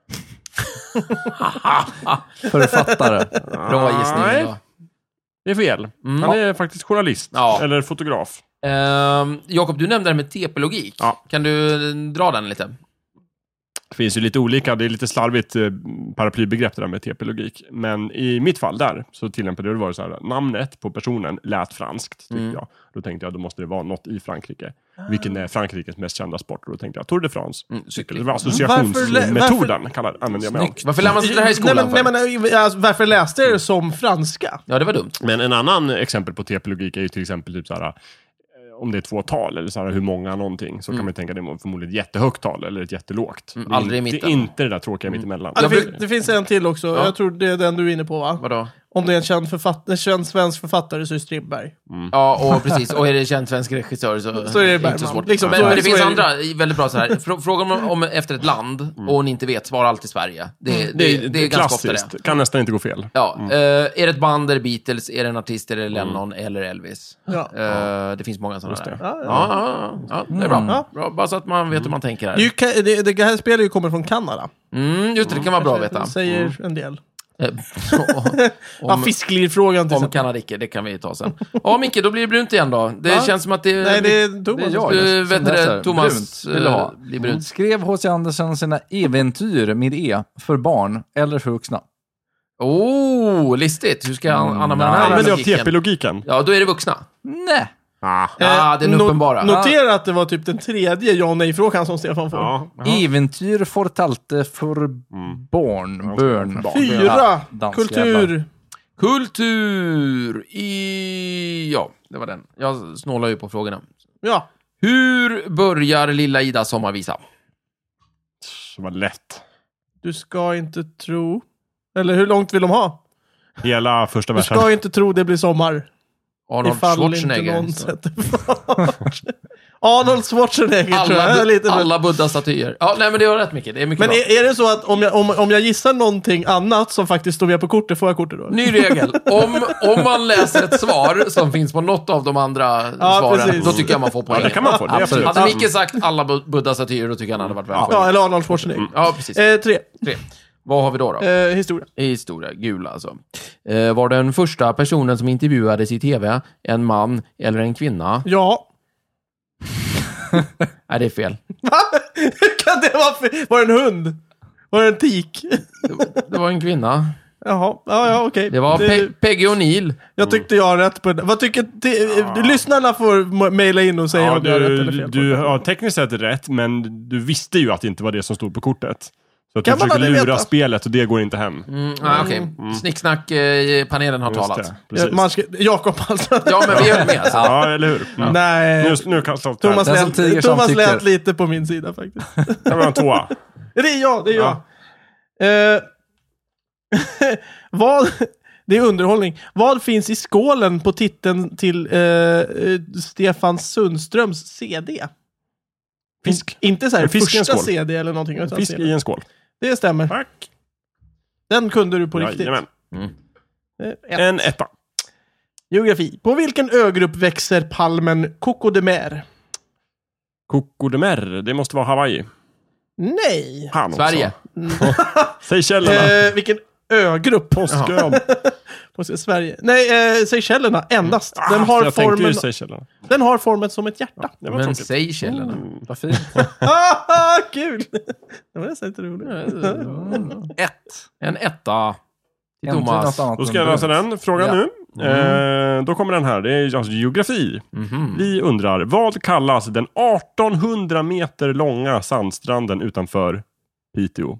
[SPEAKER 4] Författare.
[SPEAKER 2] Bra gissning.
[SPEAKER 3] Nej,
[SPEAKER 2] då.
[SPEAKER 3] det är fel.
[SPEAKER 2] Mm.
[SPEAKER 3] Han är faktiskt journalist.
[SPEAKER 2] Ja.
[SPEAKER 3] Eller fotograf.
[SPEAKER 2] Ehm, Jakob, du nämnde det här med T P-logik.
[SPEAKER 3] Ja.
[SPEAKER 2] Kan du dra den lite?
[SPEAKER 3] Det finns ju lite olika, det är lite slarvigt eh, paraplybegrepp det där med T P-logik. Men i mitt fall där så tillämpade det, det var så här, namnet på personen lät franskt, tyckte
[SPEAKER 2] Mm.
[SPEAKER 3] jag. Då tänkte jag, då måste det vara något i Frankrike. Vilken är Frankrikes mest kända sport? Och då tänkte jag, Tour de France.
[SPEAKER 2] Mm,
[SPEAKER 3] Cykel. Det var
[SPEAKER 1] Varför
[SPEAKER 3] associationsmetoden, kallar använde jag mig om.
[SPEAKER 2] Varför lär man sig det här i skolan?
[SPEAKER 1] Nej, men,
[SPEAKER 2] för?
[SPEAKER 1] nej, men, alltså, varför läste jag det som franska?
[SPEAKER 2] Ja, det var dumt.
[SPEAKER 3] Men en annan exempel på T P-logik är ju till exempel typ så här, eh, om det är två tal eller så här, hur många någonting, så kan man ju tänka det är förmodligen ett jättehögt tal eller ett jättelågt.
[SPEAKER 2] Mm,
[SPEAKER 3] Det är
[SPEAKER 2] aldrig i
[SPEAKER 3] inte-
[SPEAKER 2] mitten.
[SPEAKER 3] Det är inte det där tråkiga mitt emellan.
[SPEAKER 1] Ja, det,
[SPEAKER 2] Jag
[SPEAKER 1] fin-
[SPEAKER 2] bruk-
[SPEAKER 1] det finns en till också.
[SPEAKER 2] Ja.
[SPEAKER 1] Jag tror det är den du är inne på, va?
[SPEAKER 2] Vadå?
[SPEAKER 1] Om det är en känd, författ- en känd svensk författare så är det Strindberg.
[SPEAKER 2] Ja, och precis. Och är det känd svensk regissör så,
[SPEAKER 1] Så är det
[SPEAKER 2] inte
[SPEAKER 1] Bergman.
[SPEAKER 2] så svårt.
[SPEAKER 1] Liksom,
[SPEAKER 2] men
[SPEAKER 1] så är-
[SPEAKER 2] men det
[SPEAKER 1] så
[SPEAKER 2] finns
[SPEAKER 1] är det.
[SPEAKER 2] andra väldigt bra så här. Frå- Frågar man om efter ett land och hon inte vet, svara alltid Sverige. Det, det, det, det är ganska ofta det.
[SPEAKER 3] klassiskt. Kan nästan inte gå fel.
[SPEAKER 2] Ja, eh, är det ett band, är det Beatles, är det en artist, är det Lennon eller Elvis?
[SPEAKER 1] Ja.
[SPEAKER 2] Eh, det finns många sådana
[SPEAKER 3] Just det.
[SPEAKER 2] där.
[SPEAKER 1] Ja,
[SPEAKER 2] Ja,
[SPEAKER 1] ja.
[SPEAKER 2] ja, ja, det är bra.
[SPEAKER 1] Ja.
[SPEAKER 2] bra. Bara så att man vet hur man tänker
[SPEAKER 1] Det, är ju
[SPEAKER 2] här.
[SPEAKER 1] ka- det, det här spelet ju kommer från Kanada.
[SPEAKER 2] Mm, just det, det kan vara bra att
[SPEAKER 1] Det
[SPEAKER 2] veta.
[SPEAKER 1] säger en del.
[SPEAKER 2] Eh,
[SPEAKER 1] Ja,
[SPEAKER 2] om
[SPEAKER 1] fisklirfrågan till
[SPEAKER 2] om
[SPEAKER 1] exempel.
[SPEAKER 2] kanadiker, det kan vi ta sen. Ja, Micke, då blir det brunt igen då. Det
[SPEAKER 1] Ja.
[SPEAKER 2] känns som att det...
[SPEAKER 1] Nej, det är
[SPEAKER 4] Det
[SPEAKER 1] Thomas.
[SPEAKER 4] är jag.
[SPEAKER 2] Du
[SPEAKER 4] som
[SPEAKER 2] vet det,
[SPEAKER 4] läser.
[SPEAKER 2] Thomas
[SPEAKER 4] Brunt vill du ha.
[SPEAKER 2] eh, blir brunt.
[SPEAKER 4] Skrev H C Andersen sina äventyr med E för barn eller för vuxna?
[SPEAKER 2] Oh, listigt. Hur ska jag an- använda den här
[SPEAKER 3] Använder jag
[SPEAKER 2] logiken?
[SPEAKER 3] T P-logiken?
[SPEAKER 2] Ja, då är det vuxna.
[SPEAKER 4] Nej.
[SPEAKER 3] Ah.
[SPEAKER 2] Ja, den
[SPEAKER 1] no-
[SPEAKER 2] uppenbara.
[SPEAKER 1] Notera att det var typ den tredje ja och nej-frågan som Stefan får.
[SPEAKER 3] Ja.
[SPEAKER 4] Äventyr fortalte för barn. Börn.
[SPEAKER 1] Fyra.
[SPEAKER 4] Ja, dansjävlar.
[SPEAKER 1] Kultur.
[SPEAKER 2] Kultur i... Ja, det var den. Jag snålar ju på frågorna.
[SPEAKER 1] Ja.
[SPEAKER 2] Hur börjar Lilla Ida sommarvisa?
[SPEAKER 3] Det var lätt.
[SPEAKER 1] Du ska inte tro... Eller hur långt vill de ha?
[SPEAKER 3] Hela första
[SPEAKER 1] Du
[SPEAKER 3] versen.
[SPEAKER 1] ska inte tro det blir sommar.
[SPEAKER 2] Arnold
[SPEAKER 1] Ifall inte
[SPEAKER 2] Schwarzenegger.
[SPEAKER 1] någon sätter fart. Arnold Schwarzenegger tror jag.
[SPEAKER 2] Alla,
[SPEAKER 1] är lite för-
[SPEAKER 2] alla Buddha-statyer. Ja, nej, men det var rätt mycket. Det är mycket
[SPEAKER 1] Men
[SPEAKER 2] bra.
[SPEAKER 1] är, är det så att om jag, om, om jag gissar någonting annat som faktiskt står med på kortet, får jag kortet då?
[SPEAKER 2] Ny regel. Om, om man läser ett svar som finns på något av de andra svaren,
[SPEAKER 1] precis.
[SPEAKER 2] då tycker jag man får poäng.
[SPEAKER 3] Ja, det kan man få. Det är
[SPEAKER 4] Absolut.
[SPEAKER 3] absolut.
[SPEAKER 2] Hade Micke sagt alla Bu- Buddha-statyer, då tycker jag han hade varit välkommen.
[SPEAKER 1] Ja, eller Arnold Schwarzenegger.
[SPEAKER 2] Ja, precis.
[SPEAKER 1] Eh, tre.
[SPEAKER 2] Tre. Vad har vi då? då?
[SPEAKER 1] Eh, historia.
[SPEAKER 2] Historia, gul alltså. Eh, var den första personen som intervjuades i tv en man eller en kvinna?
[SPEAKER 1] Ja.
[SPEAKER 2] Nej, det är fel.
[SPEAKER 1] Va? Hur kan det vara för... Var det en hund? Var det en tik?
[SPEAKER 2] Det var en kvinna.
[SPEAKER 1] Jaha, ja, ja, okej.
[SPEAKER 2] Det var Pe- Peggy O'Neill.
[SPEAKER 1] Jag tyckte jag har rätt på det. Vad tycker... T- lyssnarna får m- mejla in och säga
[SPEAKER 3] Ja,
[SPEAKER 1] om jag har rätt eller
[SPEAKER 3] du,
[SPEAKER 1] fel.
[SPEAKER 3] du har tekniskt sett rätt, men du visste ju att det inte var det som stod på kortet. Så att du
[SPEAKER 1] Kan man
[SPEAKER 3] försöker
[SPEAKER 1] aldrig
[SPEAKER 3] lura
[SPEAKER 1] veta?
[SPEAKER 3] spelet och det går inte hem.
[SPEAKER 2] Mm, ah, okej. Snicksnack, eh, panelen har
[SPEAKER 3] Just
[SPEAKER 2] talat.
[SPEAKER 3] det,
[SPEAKER 1] Ja,
[SPEAKER 3] precis.
[SPEAKER 1] man ska... Jakob alltså.
[SPEAKER 2] Ja, men vi är med alltså.
[SPEAKER 3] Ja, eller hur? Mm.
[SPEAKER 1] Nej.
[SPEAKER 3] Nu, nu kan jag
[SPEAKER 1] Thomas,
[SPEAKER 4] Den som
[SPEAKER 1] lät,
[SPEAKER 4] tiger
[SPEAKER 1] Thomas
[SPEAKER 4] samtycker.
[SPEAKER 1] lät lite på min sida faktiskt.
[SPEAKER 3] Det var en tvåa.
[SPEAKER 1] Det är jag, det är jag.
[SPEAKER 3] Ja.
[SPEAKER 1] Eh, vad... Det är underhållning. Vad finns i skålen på titeln till eh, eh, Stefan Sundströms C D?
[SPEAKER 3] Fisk.
[SPEAKER 1] Inte så här
[SPEAKER 3] En fisk i en
[SPEAKER 1] första
[SPEAKER 3] skål.
[SPEAKER 1] C D eller någonting. Utan
[SPEAKER 3] Fisk
[SPEAKER 1] C D.
[SPEAKER 3] i en skål.
[SPEAKER 1] Det stämmer.
[SPEAKER 3] Tack.
[SPEAKER 1] Den kunde du på riktigt.
[SPEAKER 3] Jajamän.
[SPEAKER 1] Eh, ett.
[SPEAKER 3] En etta.
[SPEAKER 1] Geografi. På vilken ögrupp växer palmen Coco de Mer?
[SPEAKER 3] Coco de Mer, det måste vara Hawaii.
[SPEAKER 1] Nej.
[SPEAKER 3] Fan också.
[SPEAKER 2] Sverige.
[SPEAKER 3] Seychellerna.
[SPEAKER 1] Eh, vilken ögrupp?
[SPEAKER 3] Påskön.
[SPEAKER 1] På Sverige. Nej, eh, Seychellerna endast. Den
[SPEAKER 3] Ah,
[SPEAKER 1] har,
[SPEAKER 3] jag tänkte ju
[SPEAKER 1] formen,
[SPEAKER 3] Seychellerna.
[SPEAKER 1] den har formen som ett hjärta.
[SPEAKER 3] Det var
[SPEAKER 2] Men
[SPEAKER 3] tråkigt.
[SPEAKER 2] Seychellerna.
[SPEAKER 4] Vad fint.
[SPEAKER 1] Ah, kul! Det var nästan inte roligt.
[SPEAKER 2] Ett. En etta. Till Thomas.
[SPEAKER 3] Då ska jag läsa den frågan
[SPEAKER 4] Ja.
[SPEAKER 3] nu. Eh, då kommer den här. Det är alltså geografi.
[SPEAKER 2] Mhm.
[SPEAKER 3] Vi undrar, vad kallas den artonhundra meter långa sandstranden utanför Piteå?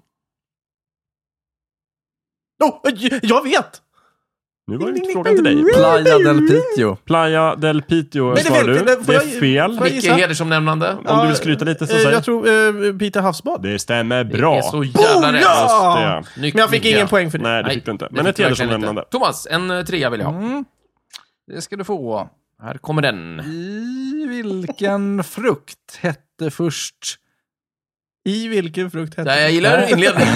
[SPEAKER 1] Oh, jag vet!
[SPEAKER 3] Nu var det inte frågan till dig.
[SPEAKER 4] Playa del Piteå.
[SPEAKER 3] Playa del Piteå
[SPEAKER 1] det är
[SPEAKER 3] svarar
[SPEAKER 1] fel.
[SPEAKER 3] du.
[SPEAKER 1] Får
[SPEAKER 3] Det
[SPEAKER 1] jag-
[SPEAKER 3] är fel.
[SPEAKER 1] får jag-
[SPEAKER 2] Micke hedersomnämnande.
[SPEAKER 3] Om du vill skryta lite så
[SPEAKER 1] Eh,
[SPEAKER 3] säg.
[SPEAKER 1] Jag tror eh, Piteå havsbad.
[SPEAKER 3] Det stämmer
[SPEAKER 2] Det
[SPEAKER 3] bra.
[SPEAKER 2] är så jävla
[SPEAKER 1] Oh,
[SPEAKER 2] rätt.
[SPEAKER 1] ja!
[SPEAKER 3] Just det.
[SPEAKER 2] Snyggt,
[SPEAKER 1] Men jag fick
[SPEAKER 2] Micke.
[SPEAKER 1] ingen poäng för det.
[SPEAKER 3] Nej, det
[SPEAKER 2] Nej,
[SPEAKER 3] fick du inte.
[SPEAKER 2] det
[SPEAKER 3] Men
[SPEAKER 2] fick
[SPEAKER 3] ett
[SPEAKER 2] du verkligen
[SPEAKER 3] hedersomnämnande.
[SPEAKER 2] inte. Thomas, en eh, trea vill jag ha.
[SPEAKER 4] Mm. Det ska du få.
[SPEAKER 2] Här kommer den.
[SPEAKER 4] I vilken frukt hette först...
[SPEAKER 1] I vilken frukt hette
[SPEAKER 2] Ja, jag
[SPEAKER 1] det?
[SPEAKER 2] gillar inledningen.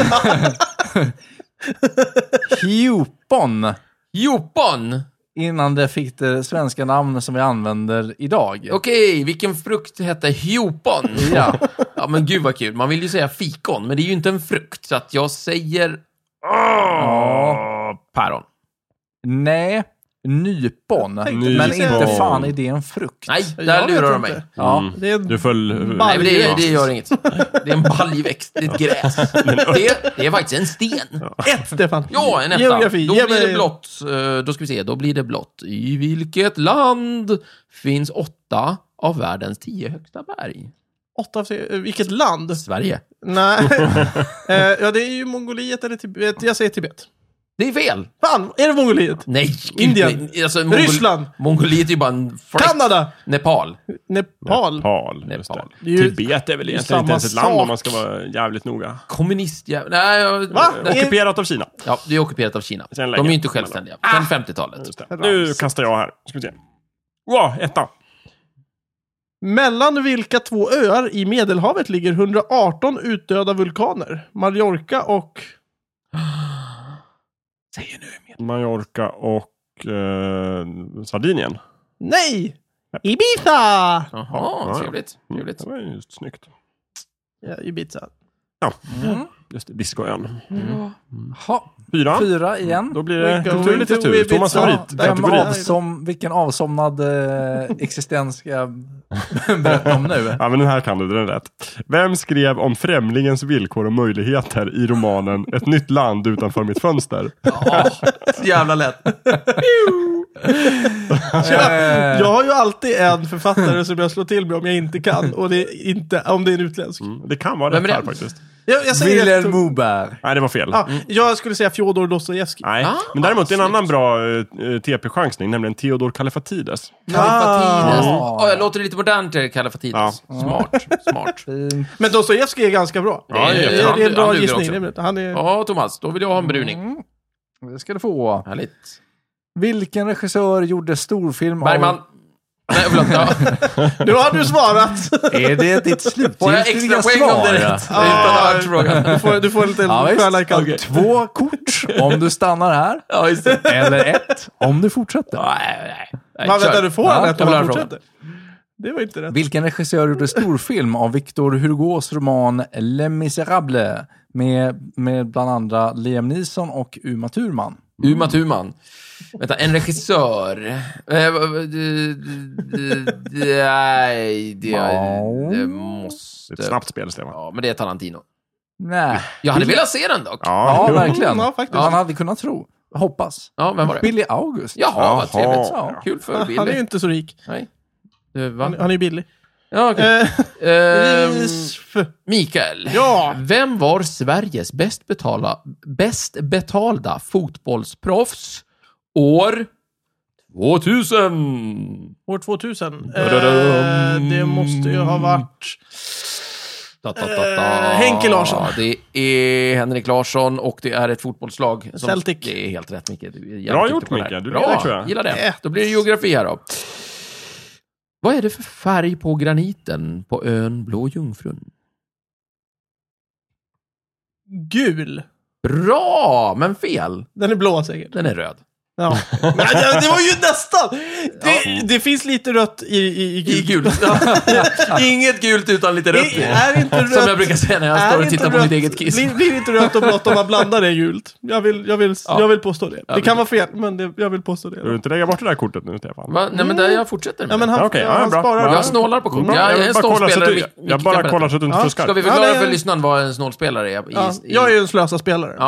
[SPEAKER 4] Hiopon.
[SPEAKER 2] Jopon!
[SPEAKER 4] Innan det fick det svenska namn som vi använder idag.
[SPEAKER 2] Okej, vilken frukt hette Hiopon?
[SPEAKER 4] Ja.
[SPEAKER 2] Ja, men gud vad kul. Man vill ju säga fikon, men det är ju inte en frukt. Så att jag säger...
[SPEAKER 4] Ja.
[SPEAKER 2] Päron.
[SPEAKER 4] Nej, nypon.
[SPEAKER 1] tänkte
[SPEAKER 4] Men
[SPEAKER 3] precis
[SPEAKER 4] inte
[SPEAKER 3] säga-
[SPEAKER 4] fan är det en frukt.
[SPEAKER 2] Nej,
[SPEAKER 1] Jag
[SPEAKER 2] där
[SPEAKER 1] vet
[SPEAKER 2] lurar de
[SPEAKER 1] inte.
[SPEAKER 2] mig.
[SPEAKER 4] Ja.
[SPEAKER 3] Mm.
[SPEAKER 1] Det är en
[SPEAKER 3] Du föll...
[SPEAKER 2] Nej, men det,
[SPEAKER 1] Ja.
[SPEAKER 2] det gör inget. Det är en baljväxt, det är ett gräs. Det, det är faktiskt en sten.
[SPEAKER 1] ett, Stefan.
[SPEAKER 2] Ja, en etta.
[SPEAKER 1] Geografi.
[SPEAKER 2] Då
[SPEAKER 1] Ge
[SPEAKER 2] blir
[SPEAKER 1] mig-
[SPEAKER 2] det blått. Eh, Då ska vi se, då blir det blått. I vilket land finns åtta av världens tio högsta berg?
[SPEAKER 1] Åtta av se- vilket land?
[SPEAKER 2] Sverige.
[SPEAKER 1] Nej. eh, ja, det är ju Mongoliet eller Tibet. Jag säger Tibet.
[SPEAKER 2] Det är fel.
[SPEAKER 1] Fan, är det Mongoliet?
[SPEAKER 2] Nej. gud,
[SPEAKER 1] Indien.
[SPEAKER 2] nej. Alltså, Mongol-
[SPEAKER 1] Ryssland.
[SPEAKER 2] Mongoliet är ju bara en fläck.
[SPEAKER 1] Kanada.
[SPEAKER 2] Nepal.
[SPEAKER 1] Nepal.
[SPEAKER 3] Nepal. just
[SPEAKER 2] Nepal.
[SPEAKER 3] det.
[SPEAKER 1] Det är ju
[SPEAKER 3] Tibet är väl egentligen
[SPEAKER 1] samma
[SPEAKER 3] inte ens ett land om
[SPEAKER 1] sak.
[SPEAKER 3] man ska vara jävligt noga.
[SPEAKER 2] Kommunist... Ja, nej, jag-
[SPEAKER 1] Va?
[SPEAKER 2] nej.
[SPEAKER 3] Ockuperat av Kina.
[SPEAKER 2] Ja, det är ockuperat av Kina.
[SPEAKER 3] Sen
[SPEAKER 2] De
[SPEAKER 3] länge.
[SPEAKER 2] är ju inte självständiga. Sen femtiotalet.
[SPEAKER 3] Just det. Nu kastar jag här. Ska vi se. Wow, etta.
[SPEAKER 1] Mellan vilka två öar i Medelhavet ligger hundraarton utdöda vulkaner? Mallorca och...
[SPEAKER 2] Säger nu.
[SPEAKER 3] Mallorca och eh, Sardinien.
[SPEAKER 1] Nej! Ibiza!
[SPEAKER 2] Jaha,
[SPEAKER 3] Ja,
[SPEAKER 2] trevligt. trevligt.
[SPEAKER 3] Det var ju just snyggt.
[SPEAKER 1] Ja, Ibiza.
[SPEAKER 4] Mm.
[SPEAKER 3] Just det, Discoön.
[SPEAKER 4] Ha.
[SPEAKER 3] Fyra.
[SPEAKER 4] Fyra igen.
[SPEAKER 3] Då blir
[SPEAKER 1] We
[SPEAKER 3] det
[SPEAKER 1] go
[SPEAKER 3] kultur och
[SPEAKER 1] into
[SPEAKER 3] litteratur.
[SPEAKER 1] Ibiza.
[SPEAKER 3] Thomas
[SPEAKER 1] Ja,
[SPEAKER 3] favorit.
[SPEAKER 4] Vem
[SPEAKER 3] Kategori.
[SPEAKER 4] avsom, vilken avsomnad eh, existens ska jag berätta om nu?
[SPEAKER 3] Ja, men den här kan du, den är rätt. Vem skrev om främlingens villkor och möjligheter i romanen Ett nytt land utanför mitt fönster?
[SPEAKER 2] Ja, så jävla lätt.
[SPEAKER 4] Eh,
[SPEAKER 1] Jag har ju alltid en författare som jag slår till med om jag inte kan. Och det är inte om det är en utländsk.
[SPEAKER 3] Mm, det kan vara
[SPEAKER 2] Vem
[SPEAKER 3] rätt
[SPEAKER 2] är
[SPEAKER 3] här
[SPEAKER 2] det?
[SPEAKER 3] faktiskt.
[SPEAKER 1] Jag, jag säger
[SPEAKER 4] Vilhelm
[SPEAKER 1] rätt.
[SPEAKER 4] Moberg.
[SPEAKER 3] Nej, det var fel.
[SPEAKER 1] Ja, jag skulle säga Fjodor Dostojevskij.
[SPEAKER 3] Nej,
[SPEAKER 2] Ah,
[SPEAKER 3] men däremot en
[SPEAKER 2] snyggt.
[SPEAKER 3] annan bra uh, T P-chansning, nämligen Theodor Kallifatides.
[SPEAKER 2] Kallifatides.
[SPEAKER 4] Ah.
[SPEAKER 2] Ja, jag låter lite modernt till Kallifatides. Smart, smart.
[SPEAKER 4] Fin.
[SPEAKER 1] Men Dostojevskij är ganska bra.
[SPEAKER 3] Ja,
[SPEAKER 1] det,
[SPEAKER 3] det är
[SPEAKER 1] är,
[SPEAKER 3] jättebra.
[SPEAKER 1] det är en bra
[SPEAKER 2] Han duger
[SPEAKER 1] gissning.
[SPEAKER 2] också.
[SPEAKER 1] det är- Han är...
[SPEAKER 2] Ja, Thomas, då vill jag ha en bruning.
[SPEAKER 4] Mm. Det ska du få.
[SPEAKER 2] Härligt.
[SPEAKER 4] Vilken regissör gjorde storfilm
[SPEAKER 2] Bergman.
[SPEAKER 4] av...
[SPEAKER 2] Nej, förlåt. Ja.
[SPEAKER 1] Nu har du svarat!
[SPEAKER 4] Är det ditt
[SPEAKER 2] Får jag
[SPEAKER 4] slutgiltiga
[SPEAKER 2] extra poäng om det är
[SPEAKER 4] svar?
[SPEAKER 2] rätt? Utan att ha hört frågan.
[SPEAKER 1] Du får, du får en liten
[SPEAKER 4] Ja, visst.
[SPEAKER 1] stjärna i kanten.
[SPEAKER 4] Två kort om du stannar här.
[SPEAKER 2] Ja, just det.
[SPEAKER 4] Eller ett om du fortsätter.
[SPEAKER 2] Nej, nej. nej.
[SPEAKER 1] Man
[SPEAKER 2] kör.
[SPEAKER 1] väntar, du får
[SPEAKER 4] Ja,
[SPEAKER 1] den rätt
[SPEAKER 2] jag
[SPEAKER 1] om
[SPEAKER 2] vill
[SPEAKER 1] man
[SPEAKER 2] ha
[SPEAKER 1] fortsätter. Det var inte rätt.
[SPEAKER 4] Vilken regissör gjorde storfilm av Victor Hugos roman Les Misérables med, med bland andra Liam Neeson och Uma Thurman?
[SPEAKER 2] Uma Thurman. Vänta, en regissör. Eh, v- v- d- d- d- Nej, det, det måste...
[SPEAKER 3] Ett snabbt spel, Stefan.
[SPEAKER 2] Ja, men det är Tarantino.
[SPEAKER 4] Nej.
[SPEAKER 2] Jag hade velat se den dock.
[SPEAKER 4] Ja,
[SPEAKER 3] jo.
[SPEAKER 4] verkligen.
[SPEAKER 1] Ja, faktiskt.
[SPEAKER 4] Man hade kunnat tro. Hoppas.
[SPEAKER 2] Ja, vem var det?
[SPEAKER 4] Billy August.
[SPEAKER 2] Jaha, vad
[SPEAKER 3] Jaha.
[SPEAKER 2] trevligt.
[SPEAKER 3] Ja.
[SPEAKER 2] Kul för
[SPEAKER 1] Han är ju
[SPEAKER 2] Billy.
[SPEAKER 1] inte så rik.
[SPEAKER 2] Nej. Eh, Va?
[SPEAKER 1] Han, han är ju billig.
[SPEAKER 2] Ja, okej.
[SPEAKER 1] Eh,
[SPEAKER 2] Ehm,
[SPEAKER 1] Risf.
[SPEAKER 2] Mikael.
[SPEAKER 1] Ja.
[SPEAKER 2] Vem var Sveriges bäst, betala, bäst betalda fotbollsproffs år tvåtusen?
[SPEAKER 1] År tvåtusen. Eh,
[SPEAKER 2] Da-da-dum.
[SPEAKER 1] det måste ju ha varit...
[SPEAKER 2] Da, da, da, da.
[SPEAKER 1] Eh, Henke Larsson.
[SPEAKER 2] Det är Henrik Larsson och det är ett fotbollslag. Som,
[SPEAKER 1] Celtic.
[SPEAKER 2] Det är helt rätt, Micke. Du är jävligt
[SPEAKER 3] Bra
[SPEAKER 2] duktig
[SPEAKER 3] gjort,
[SPEAKER 2] på det här.
[SPEAKER 3] Micke. Du
[SPEAKER 2] Bra,
[SPEAKER 3] leder, tror jag.
[SPEAKER 2] gillar det.
[SPEAKER 1] Eh.
[SPEAKER 2] Då blir det geografi här då. Vad är det för färg på graniten på ön Blå Jungfrun?
[SPEAKER 1] Gul.
[SPEAKER 2] Bra, men fel.
[SPEAKER 1] Den är blå säkert.
[SPEAKER 2] Den är röd.
[SPEAKER 1] Ja. Men det, det var ju nästan! Det, det finns lite rött i, i, i
[SPEAKER 2] I
[SPEAKER 1] gul.
[SPEAKER 2] gult. Inget gult utan lite rött i.
[SPEAKER 1] Det är inte rött.
[SPEAKER 2] Som jag brukar säga när jag
[SPEAKER 1] Är
[SPEAKER 2] står och
[SPEAKER 1] inte
[SPEAKER 2] tittar på
[SPEAKER 1] rött-
[SPEAKER 2] mitt eget kiss.
[SPEAKER 1] Blir, blir inte rött och blått om man blandar det gult. Jag vill, jag vill,
[SPEAKER 2] Ja.
[SPEAKER 1] jag vill påstå det. Det
[SPEAKER 2] men-
[SPEAKER 1] kan vara fel, men det, jag vill påstå
[SPEAKER 3] Du vill
[SPEAKER 1] det.
[SPEAKER 3] inte lägga bort det där kortet nu, Stefan?
[SPEAKER 2] Va? Nej, men där jag fortsätter med.
[SPEAKER 1] Ja, men han,
[SPEAKER 3] Ja, okej. Ja,
[SPEAKER 1] han
[SPEAKER 3] bra.
[SPEAKER 1] sparar.
[SPEAKER 3] Bra.
[SPEAKER 2] Jag snålar på kort.
[SPEAKER 3] Mm,
[SPEAKER 2] Jag är
[SPEAKER 3] vill
[SPEAKER 2] en
[SPEAKER 3] bara kolla så att
[SPEAKER 2] snålspelare.
[SPEAKER 3] du,
[SPEAKER 2] Micke
[SPEAKER 3] jag bara
[SPEAKER 2] kan
[SPEAKER 3] kollar så att du inte
[SPEAKER 1] Ja.
[SPEAKER 3] fuskar.
[SPEAKER 2] Ska vi
[SPEAKER 1] Ja,
[SPEAKER 2] förklara
[SPEAKER 1] nej,
[SPEAKER 2] för
[SPEAKER 1] jag-
[SPEAKER 2] lyssnaren vad en snålspelare är? I,
[SPEAKER 1] Ja,
[SPEAKER 2] i,
[SPEAKER 1] jag är ju en slösa spelare.
[SPEAKER 2] ja.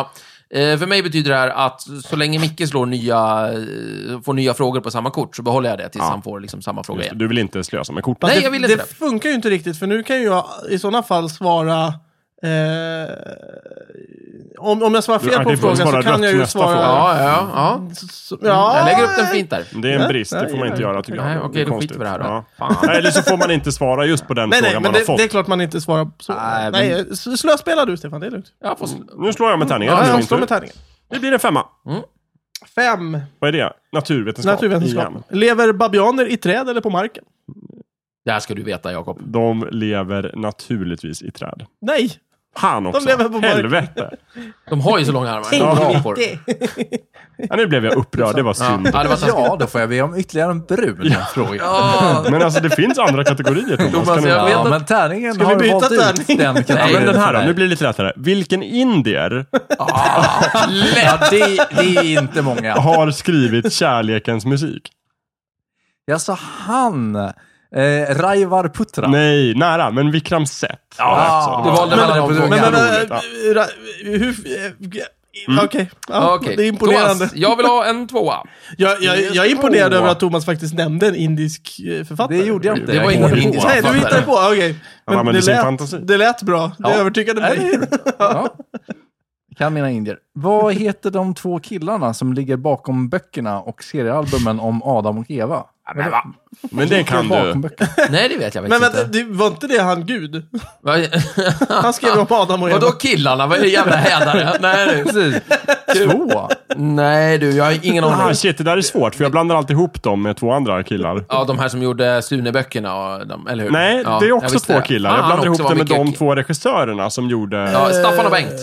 [SPEAKER 2] Eh, för mig betyder det här att så länge Micke slår nya, eh, får nya frågor på samma kort så behåller jag det tills
[SPEAKER 3] Ja.
[SPEAKER 2] han får liksom samma fråga
[SPEAKER 3] Just,
[SPEAKER 2] igen.
[SPEAKER 3] du vill inte slösa med kort.
[SPEAKER 2] Nej,
[SPEAKER 1] det,
[SPEAKER 2] jag vill
[SPEAKER 1] det
[SPEAKER 2] inte det.
[SPEAKER 1] funkar ju inte riktigt, för nu kan ju jag i sådana fall svara... Eh, om, om jag svarar fel
[SPEAKER 3] Ja,
[SPEAKER 1] på
[SPEAKER 3] det
[SPEAKER 1] en
[SPEAKER 3] får
[SPEAKER 1] fråga
[SPEAKER 3] svara
[SPEAKER 1] så kan
[SPEAKER 3] rött
[SPEAKER 1] jag ju
[SPEAKER 3] nästa
[SPEAKER 1] svara...
[SPEAKER 3] fråga.
[SPEAKER 2] Ja, ja, ja.
[SPEAKER 1] Så, ja,
[SPEAKER 2] Jag lägger upp den fint där.
[SPEAKER 3] Det är en
[SPEAKER 1] Ja,
[SPEAKER 3] brist, det får man
[SPEAKER 1] ja,
[SPEAKER 3] inte
[SPEAKER 1] ja.
[SPEAKER 3] göra tycker jag.
[SPEAKER 2] Nej,
[SPEAKER 3] Det är
[SPEAKER 2] okej, då
[SPEAKER 3] konstigt.
[SPEAKER 2] skiter vi det här då.
[SPEAKER 3] Ja.
[SPEAKER 2] Fan.
[SPEAKER 3] Nej, eller så får man inte svara just på den
[SPEAKER 1] Nej,
[SPEAKER 3] frågan
[SPEAKER 1] nej,
[SPEAKER 3] man
[SPEAKER 1] men
[SPEAKER 3] har
[SPEAKER 1] det,
[SPEAKER 3] fått.
[SPEAKER 1] det är klart man inte svarar så.
[SPEAKER 4] Nej,
[SPEAKER 1] Nej, nej slöspelar du, Stefan, det är lugnt.
[SPEAKER 2] Jag får...
[SPEAKER 3] Nu slår jag med tärningen.
[SPEAKER 1] Ja,
[SPEAKER 3] Det är min
[SPEAKER 1] jag står
[SPEAKER 3] tur.
[SPEAKER 1] med tärningen.
[SPEAKER 3] Det blir en femma.
[SPEAKER 1] Fem.
[SPEAKER 3] Vad är det? Naturvetenskap.
[SPEAKER 1] Naturvetenskap.
[SPEAKER 3] Igen.
[SPEAKER 1] Lever babianer i träd eller på marken?
[SPEAKER 2] Det här ska du veta, Jakob.
[SPEAKER 3] De lever naturligtvis i träd.
[SPEAKER 1] Nej!
[SPEAKER 3] Han också.
[SPEAKER 1] lever på marken.
[SPEAKER 3] Helvete.
[SPEAKER 2] De har ju så långa armar.
[SPEAKER 3] Ja.
[SPEAKER 2] Bra på det.
[SPEAKER 3] Ja, nu blev jag upprörd. Det var synd.
[SPEAKER 2] Ja, det var taskigt.
[SPEAKER 4] Ja, då får jag be om ytterligare en brun fråga.
[SPEAKER 2] Ja,
[SPEAKER 3] Men alltså det finns andra kategorier, Thomas.
[SPEAKER 2] Thomas,
[SPEAKER 3] Kan du-
[SPEAKER 2] jag vet
[SPEAKER 4] Ja,
[SPEAKER 2] att-
[SPEAKER 4] men tärningen
[SPEAKER 1] Ska vi
[SPEAKER 4] har
[SPEAKER 1] byta
[SPEAKER 4] valt ut
[SPEAKER 1] tärning?
[SPEAKER 4] den
[SPEAKER 3] Ja,
[SPEAKER 4] kategorin
[SPEAKER 3] men den här
[SPEAKER 4] för
[SPEAKER 3] då,
[SPEAKER 4] dig.
[SPEAKER 3] nu blir det lite lättare. Vilken indier
[SPEAKER 4] Ja, det, det är inte många.
[SPEAKER 3] har skrivit kärlekens musik?
[SPEAKER 4] Jag sa han. Eh, Raivar Putra.
[SPEAKER 3] Nej, nära, men Vikram Seth.
[SPEAKER 4] Ja,
[SPEAKER 2] du valde
[SPEAKER 3] Men-
[SPEAKER 2] mellan de två.
[SPEAKER 1] Men, men,
[SPEAKER 3] roligt,
[SPEAKER 1] men,
[SPEAKER 3] ja.
[SPEAKER 1] ra- hur... eh, Okej, ja,
[SPEAKER 2] Okej,
[SPEAKER 1] det är imponerande.
[SPEAKER 2] Thomas, jag vill ha en tvåa.
[SPEAKER 1] Jag, jag, jag är imponerad
[SPEAKER 4] Åh.
[SPEAKER 1] över att Thomas faktiskt nämnde en indisk eh, författare.
[SPEAKER 4] Det gjorde jag inte.
[SPEAKER 2] Det var
[SPEAKER 4] Jag
[SPEAKER 2] ingen
[SPEAKER 4] hittade på.
[SPEAKER 2] indisk
[SPEAKER 1] Nej, du
[SPEAKER 2] författare.
[SPEAKER 1] hittade på, okej.
[SPEAKER 3] Han använde
[SPEAKER 1] det
[SPEAKER 3] sin
[SPEAKER 1] lät,
[SPEAKER 3] fantasi.
[SPEAKER 1] det lät bra, det
[SPEAKER 4] Ja.
[SPEAKER 1] övertygade
[SPEAKER 4] Nej,
[SPEAKER 1] mig.
[SPEAKER 4] Ja. Kan mina indier. Vad heter de två killarna som ligger bakom böckerna och seriealbumen om Adam och Eva?
[SPEAKER 2] Men, va?
[SPEAKER 3] Men det kan
[SPEAKER 4] Bakom
[SPEAKER 3] du.
[SPEAKER 4] böckerna.
[SPEAKER 2] Nej, det vet jag
[SPEAKER 1] Men
[SPEAKER 2] faktiskt
[SPEAKER 1] vänta,
[SPEAKER 2] inte.
[SPEAKER 1] det, var inte det han Gud?
[SPEAKER 2] Va?
[SPEAKER 1] Han skrev om Adam och Eva.
[SPEAKER 2] Vadå killarna? Vad är det jävla hädare? Nej, du.
[SPEAKER 4] Precis. Två.
[SPEAKER 2] Nej, du, jag har ingen
[SPEAKER 3] Ah,
[SPEAKER 2] aning.
[SPEAKER 3] shit, det där är svårt, för jag blandar alltid ihop dem med två andra killar.
[SPEAKER 2] Ja, de här som gjorde Sune-böckerna, och de, eller hur?
[SPEAKER 3] Nej,
[SPEAKER 2] Ja,
[SPEAKER 3] det är
[SPEAKER 2] jag
[SPEAKER 3] också
[SPEAKER 2] visste
[SPEAKER 3] två
[SPEAKER 2] det.
[SPEAKER 3] killar.
[SPEAKER 2] Fan,
[SPEAKER 3] Jag blandar
[SPEAKER 2] också
[SPEAKER 3] ihop
[SPEAKER 2] var
[SPEAKER 3] det med
[SPEAKER 2] mycket
[SPEAKER 3] de
[SPEAKER 2] ki-
[SPEAKER 3] två regissörerna som gjorde...
[SPEAKER 2] Ja, Staffan och Bengt.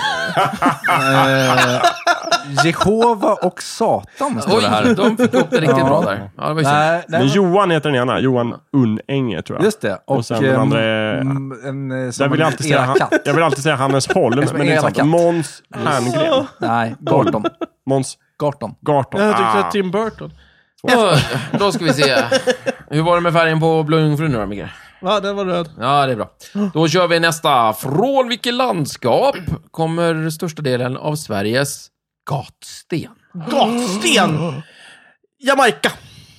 [SPEAKER 4] Eh, Jehova och Satan står
[SPEAKER 2] Oj,
[SPEAKER 4] det här.
[SPEAKER 2] de fick ihop det riktigt
[SPEAKER 4] Ja.
[SPEAKER 2] bra där. Ja, det var ju synd.
[SPEAKER 4] Nej, nej,
[SPEAKER 3] Men Johan heter den ena. Johan Unnänge, tror jag.
[SPEAKER 4] just det. Och,
[SPEAKER 3] Och sen den andra är-
[SPEAKER 4] mm, en, eh, som
[SPEAKER 3] Jag vill,
[SPEAKER 4] en
[SPEAKER 3] alltid säga,
[SPEAKER 4] elak
[SPEAKER 3] han,
[SPEAKER 4] katt.
[SPEAKER 3] jag vill alltid säga Hannes Holm,
[SPEAKER 4] Som
[SPEAKER 3] men det är
[SPEAKER 4] elak
[SPEAKER 3] sant.
[SPEAKER 4] katt.
[SPEAKER 3] Måns Herngren.
[SPEAKER 4] Nej, Garton.
[SPEAKER 3] Måns
[SPEAKER 4] Garton.
[SPEAKER 3] Garton.
[SPEAKER 1] Jag tyckte
[SPEAKER 3] Ah.
[SPEAKER 1] att Tim Burton.
[SPEAKER 2] Åh, Då ska vi se. Hur var det med färgen på Blå Jungfrun nu då, Micke?
[SPEAKER 1] Va, den var röd.
[SPEAKER 2] Ja, det är bra. Då kör vi nästa. Från vilket landskap kommer största delen av Sveriges gatsten?
[SPEAKER 1] Gatsten! Jamaica.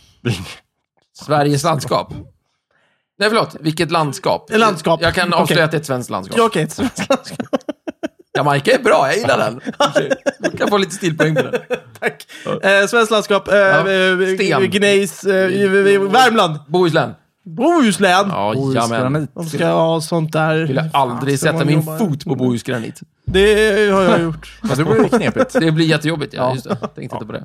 [SPEAKER 2] Sveriges landskap. Nej, förlåt. Vilket landskap?
[SPEAKER 1] Ett landskap.
[SPEAKER 2] Jag kan
[SPEAKER 1] Okej.
[SPEAKER 2] avslöja att det är ett svenskt landskap.
[SPEAKER 1] Ja, okej, ett svenskt landskap.
[SPEAKER 2] Jamaica är bra, jag gillar den. Du kan få lite stilpoäng på den.
[SPEAKER 1] Tack. Eh, svenskt landskap. Eh,
[SPEAKER 2] Ja.
[SPEAKER 1] eh,
[SPEAKER 2] Sten.
[SPEAKER 1] Gnejs. Eh, i- i- Värmland.
[SPEAKER 2] Bohuslän.
[SPEAKER 1] Bohuslän.
[SPEAKER 2] Ja, jamen.
[SPEAKER 4] Bohusgranit.
[SPEAKER 1] De ska ha sånt där.
[SPEAKER 2] Jag skulle aldrig
[SPEAKER 1] Ska
[SPEAKER 2] sätta
[SPEAKER 1] man
[SPEAKER 2] min
[SPEAKER 1] jobba-
[SPEAKER 2] fot på Bohusgranit.
[SPEAKER 1] Det har jag gjort.
[SPEAKER 4] Ja, det blir knepigt.
[SPEAKER 2] Det blir jättejobbigt, ja.
[SPEAKER 4] Ja.
[SPEAKER 2] Just det. Tänkte inte på det.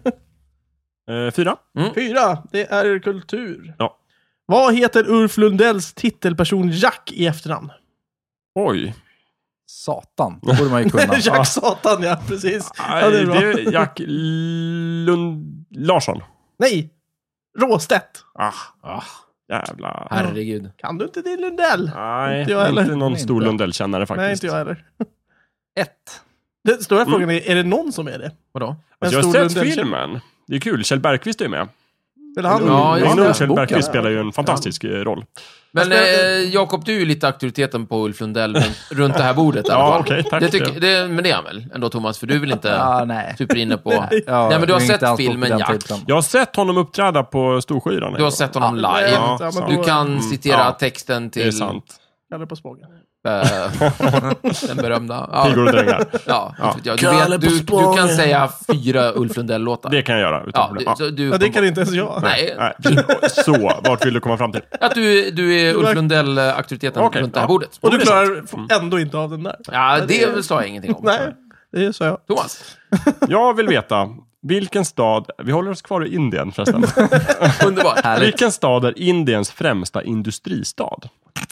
[SPEAKER 3] Eh, fyra.
[SPEAKER 1] Fyra. Det är kultur.
[SPEAKER 3] Ja.
[SPEAKER 1] Vad heter Ulf Lundells titelperson Jack i efternamn?
[SPEAKER 3] Oj.
[SPEAKER 4] Satan. Det borde man ju kunna.
[SPEAKER 1] Jack Satan, ja. Precis.
[SPEAKER 3] Nej,
[SPEAKER 1] Ja, det är bra.
[SPEAKER 3] det är Jack Lund... Larsson.
[SPEAKER 1] Nej. Råstedt.
[SPEAKER 3] Ah, ah, jävla...
[SPEAKER 2] Herregud.
[SPEAKER 1] Kan du inte din Lundell?
[SPEAKER 3] Nej,
[SPEAKER 1] Inte jag heller.
[SPEAKER 3] inte någon
[SPEAKER 4] Inte.
[SPEAKER 3] stor Lundell-kännare faktiskt.
[SPEAKER 1] Nej, inte jag heller.
[SPEAKER 4] Ett.
[SPEAKER 1] Den stora frågan är, är det någon som är det?
[SPEAKER 2] Vadå?
[SPEAKER 3] Alltså, jag
[SPEAKER 1] En
[SPEAKER 3] har
[SPEAKER 1] stor
[SPEAKER 3] sett
[SPEAKER 1] Lundell-
[SPEAKER 3] filmen. Det är kul. Kjell Bergqvist är med.
[SPEAKER 1] Eller han?
[SPEAKER 2] Ja, just
[SPEAKER 3] En
[SPEAKER 2] det.
[SPEAKER 3] ung Kjell
[SPEAKER 4] Boken.
[SPEAKER 3] Bergqvist spelar ju en fantastisk eh, roll.
[SPEAKER 2] Men eh, Jakob, du är ju lite auktoriteten på Ulf Lundell runt, runt det här bordet. i alla
[SPEAKER 3] Ja,
[SPEAKER 2] fall.
[SPEAKER 3] okej, tack.
[SPEAKER 2] Det tycker, det, men det är han väl ändå, Thomas? För du är väl inte
[SPEAKER 4] Ja, nej.
[SPEAKER 2] superinne på...
[SPEAKER 4] Ja,
[SPEAKER 2] Nej, men du har
[SPEAKER 4] jag är
[SPEAKER 2] sett
[SPEAKER 4] inte alls på
[SPEAKER 2] filmen
[SPEAKER 4] den
[SPEAKER 2] Jack.
[SPEAKER 4] titeln.
[SPEAKER 3] Jag har sett honom uppträda på Storskyran.
[SPEAKER 2] Du har sett honom live.
[SPEAKER 3] Ja,
[SPEAKER 1] men
[SPEAKER 3] sant.
[SPEAKER 1] då-
[SPEAKER 2] Du kan citera
[SPEAKER 3] ja.
[SPEAKER 2] texten
[SPEAKER 3] Det är
[SPEAKER 2] till
[SPEAKER 3] sant.
[SPEAKER 1] Kalle på Spången.
[SPEAKER 2] eh, den berömda. Ja,
[SPEAKER 3] Pigor och drängar.
[SPEAKER 2] ja,
[SPEAKER 3] Ja.
[SPEAKER 2] ja. Du,
[SPEAKER 1] Kalle
[SPEAKER 2] vet,
[SPEAKER 1] på
[SPEAKER 2] du, du
[SPEAKER 1] Spången.
[SPEAKER 2] kan säga fyra Ulf Lundell-låtar.
[SPEAKER 3] Det kan jag göra. Utan
[SPEAKER 2] Ja,
[SPEAKER 3] problem.
[SPEAKER 2] du, så du,
[SPEAKER 1] Ja, det kan inte ens jag.
[SPEAKER 2] Nej,
[SPEAKER 3] Nej. Så, vart vill du komma fram till?
[SPEAKER 2] att du, du är Ulf Lundell-auktoriteten
[SPEAKER 3] Okej,
[SPEAKER 2] runt det här
[SPEAKER 3] ja.
[SPEAKER 2] bordet.
[SPEAKER 1] Och du
[SPEAKER 3] det är
[SPEAKER 1] klarar ändå inte av den där.
[SPEAKER 2] Ja, det sa jag ingenting om.
[SPEAKER 1] Nej, det sa jag.
[SPEAKER 2] Thomas,
[SPEAKER 3] Jag vill veta, vilken stad... Vi håller oss kvar i Indien förresten.
[SPEAKER 2] underbart.
[SPEAKER 4] Härligt.
[SPEAKER 3] Vilken stad är Indiens främsta industristad?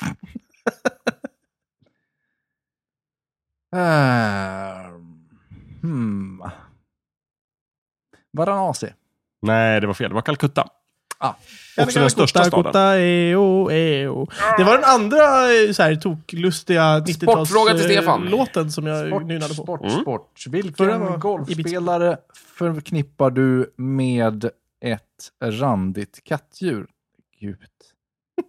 [SPEAKER 4] Uh, hmm. Varanasi.
[SPEAKER 3] Nej, det var fel. Det var Calcutta.
[SPEAKER 4] Ah.
[SPEAKER 3] Också den största staden.
[SPEAKER 1] Kota, eo, eo. Det var den andra eh, så här, toklustiga nittio-tals
[SPEAKER 2] Sportfråga till
[SPEAKER 1] eh,
[SPEAKER 2] Stefan.
[SPEAKER 1] låten som jag
[SPEAKER 4] Sport,
[SPEAKER 1] nynnade på.
[SPEAKER 4] sport,
[SPEAKER 3] Mm.
[SPEAKER 4] sport.
[SPEAKER 1] Förra
[SPEAKER 4] Vilken
[SPEAKER 1] var
[SPEAKER 4] golfspelare förknippar du med ett randigt kattdjur? Gud.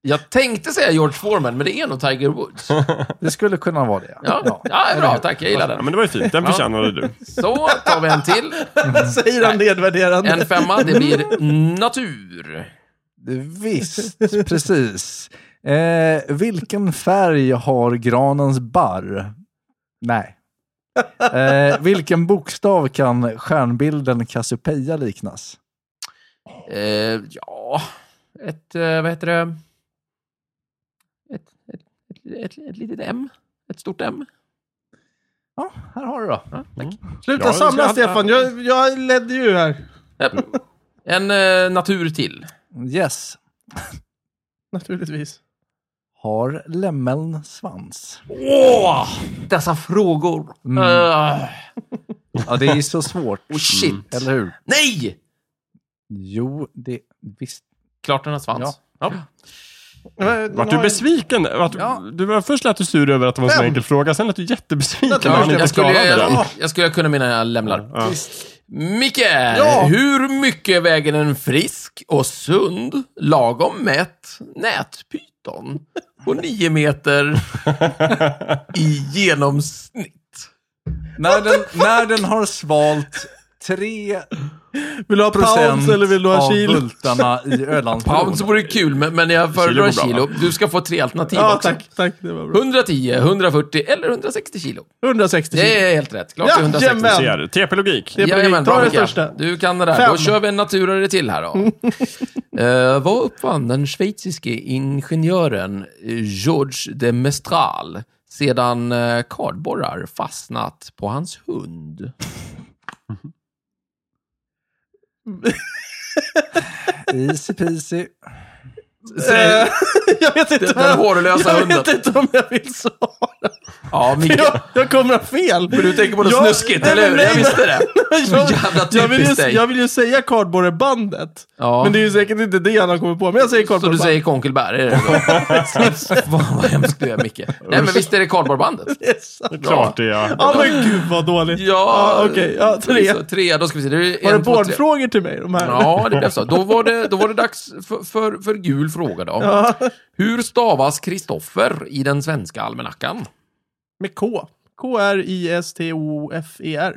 [SPEAKER 2] Jag tänkte säga George Foreman, men det är nog Tiger Woods.
[SPEAKER 4] Det skulle kunna vara det.
[SPEAKER 2] Ja, ja. ja bra. Tack. Jag gillar den.
[SPEAKER 3] Ja, men det var ju fint. Den förtjänade du.
[SPEAKER 2] Så tar vi en till.
[SPEAKER 1] Säger han nedvärderande.
[SPEAKER 2] En femma, det blir natur.
[SPEAKER 4] Visst, precis. Eh, vilken färg har granens barr? Nej. Eh, vilken bokstav kan stjärnbilden Cassiopeia liknas?
[SPEAKER 2] Eh, ja, ett, eh, vad heter det? Ett, ett, ett, ett, ett litet M. Ett stort M.
[SPEAKER 4] Ja, här har du då.
[SPEAKER 2] Ja, tack.
[SPEAKER 1] Sluta
[SPEAKER 3] Ja,
[SPEAKER 1] samla,
[SPEAKER 3] ska-
[SPEAKER 1] Stefan. Jag, jag ledde ju här.
[SPEAKER 2] En eh, natur till.
[SPEAKER 4] Yes.
[SPEAKER 1] Naturligtvis.
[SPEAKER 4] Har lämmeln svans?
[SPEAKER 2] Åh! Dessa frågor.
[SPEAKER 4] Mm.
[SPEAKER 2] Uh,
[SPEAKER 4] Ja, det är så svårt.
[SPEAKER 2] oh shit.
[SPEAKER 4] Eller hur?
[SPEAKER 2] Nej!
[SPEAKER 4] Jo, det visst.
[SPEAKER 2] Klart den har svans.
[SPEAKER 4] Ja.
[SPEAKER 2] Ja.
[SPEAKER 3] Vart du besviken? Vart,
[SPEAKER 4] Ja.
[SPEAKER 3] Du var först lät du sur över att det var en så
[SPEAKER 1] Fem.
[SPEAKER 3] enkel fråga. Sen lät du jättebesviken.
[SPEAKER 1] Ja,
[SPEAKER 3] när han inte
[SPEAKER 2] jag, skulle,
[SPEAKER 3] klarade den.
[SPEAKER 2] jag, jag skulle kunna mina lämlar.
[SPEAKER 3] Ja.
[SPEAKER 2] Micke,
[SPEAKER 1] Ja.
[SPEAKER 2] hur mycket väger en frisk och sund, lagom mätt nätpyton på nio meter i genomsnitt?
[SPEAKER 4] När den, när den har svalt tre
[SPEAKER 1] Vill du ha pounds
[SPEAKER 4] procent
[SPEAKER 1] eller vill du ha
[SPEAKER 4] av
[SPEAKER 1] kilo?
[SPEAKER 4] bultarna i Ölandsbron.
[SPEAKER 2] Pounds vore kul, men, men jag föredrar
[SPEAKER 3] Kilo går bra,
[SPEAKER 2] kilo. Du ska få tre alternativ
[SPEAKER 1] Ja,
[SPEAKER 2] också.
[SPEAKER 1] tack. Tack, det var bra.
[SPEAKER 2] hundratio, hundrafyrtio eller hundrasextio kilo.
[SPEAKER 1] hundrasextio kilo.
[SPEAKER 2] Det är helt rätt. Klart
[SPEAKER 1] Ja,
[SPEAKER 2] det är hundrasextio.
[SPEAKER 1] jämmen.
[SPEAKER 3] Ser. T P-logik.
[SPEAKER 1] Det är på
[SPEAKER 2] Jajamän,
[SPEAKER 1] Ta
[SPEAKER 2] bra
[SPEAKER 1] det
[SPEAKER 2] Micke.
[SPEAKER 1] första.
[SPEAKER 2] Du kan det där.
[SPEAKER 1] Fem.
[SPEAKER 2] Då kör vi en naturare till här då. uh, vad uppfann den schweiziske ingenjören Georges de Mestral sedan uh, kardborrar fastnat på hans hund?
[SPEAKER 4] Easy peasy.
[SPEAKER 2] Säg,
[SPEAKER 1] Eh, jag vet inte.
[SPEAKER 2] Den- den hårlösa
[SPEAKER 1] jag
[SPEAKER 2] hunden.
[SPEAKER 1] vet inte om jag vill svara.
[SPEAKER 2] ja, Micke.
[SPEAKER 1] Jag, jag kommer ha fel.
[SPEAKER 2] Men du tänker på något
[SPEAKER 1] Ja,
[SPEAKER 2] snuskigt,
[SPEAKER 1] nej,
[SPEAKER 2] eller hur?
[SPEAKER 1] nej,
[SPEAKER 2] Jag
[SPEAKER 1] nej.
[SPEAKER 2] visste det.
[SPEAKER 1] jag,
[SPEAKER 2] Jävla
[SPEAKER 1] jag, vill
[SPEAKER 2] typiskt
[SPEAKER 1] ju,
[SPEAKER 2] dig.
[SPEAKER 1] jag vill ju säga kardborrebandet.
[SPEAKER 2] Ja.
[SPEAKER 1] Men det är ju säkert inte det han har kommit på. Men jag säger
[SPEAKER 2] Så du
[SPEAKER 1] kardborreband.
[SPEAKER 2] säger Konkelberg, är det så? Vad vad hemskt du är, Micke. Nej, men visst är det kardborrebandet?
[SPEAKER 1] Det är sant.
[SPEAKER 3] Klart det är.
[SPEAKER 1] Ja men gud vad dåligt.
[SPEAKER 2] Ja,
[SPEAKER 1] Ja, okej. Ja, tre.
[SPEAKER 2] Så, tre, då ska vi se. Det är
[SPEAKER 1] Var det
[SPEAKER 2] en, två, tre.
[SPEAKER 1] bårdfrågor till mig? De här?
[SPEAKER 2] Ja, det blev så. Då var det, då var det dags för, för, för gul fråga då.
[SPEAKER 1] Ja.
[SPEAKER 2] Hur stavas Kristoffer i den svenska almanackan?
[SPEAKER 1] Med K. K R I S T O F E R.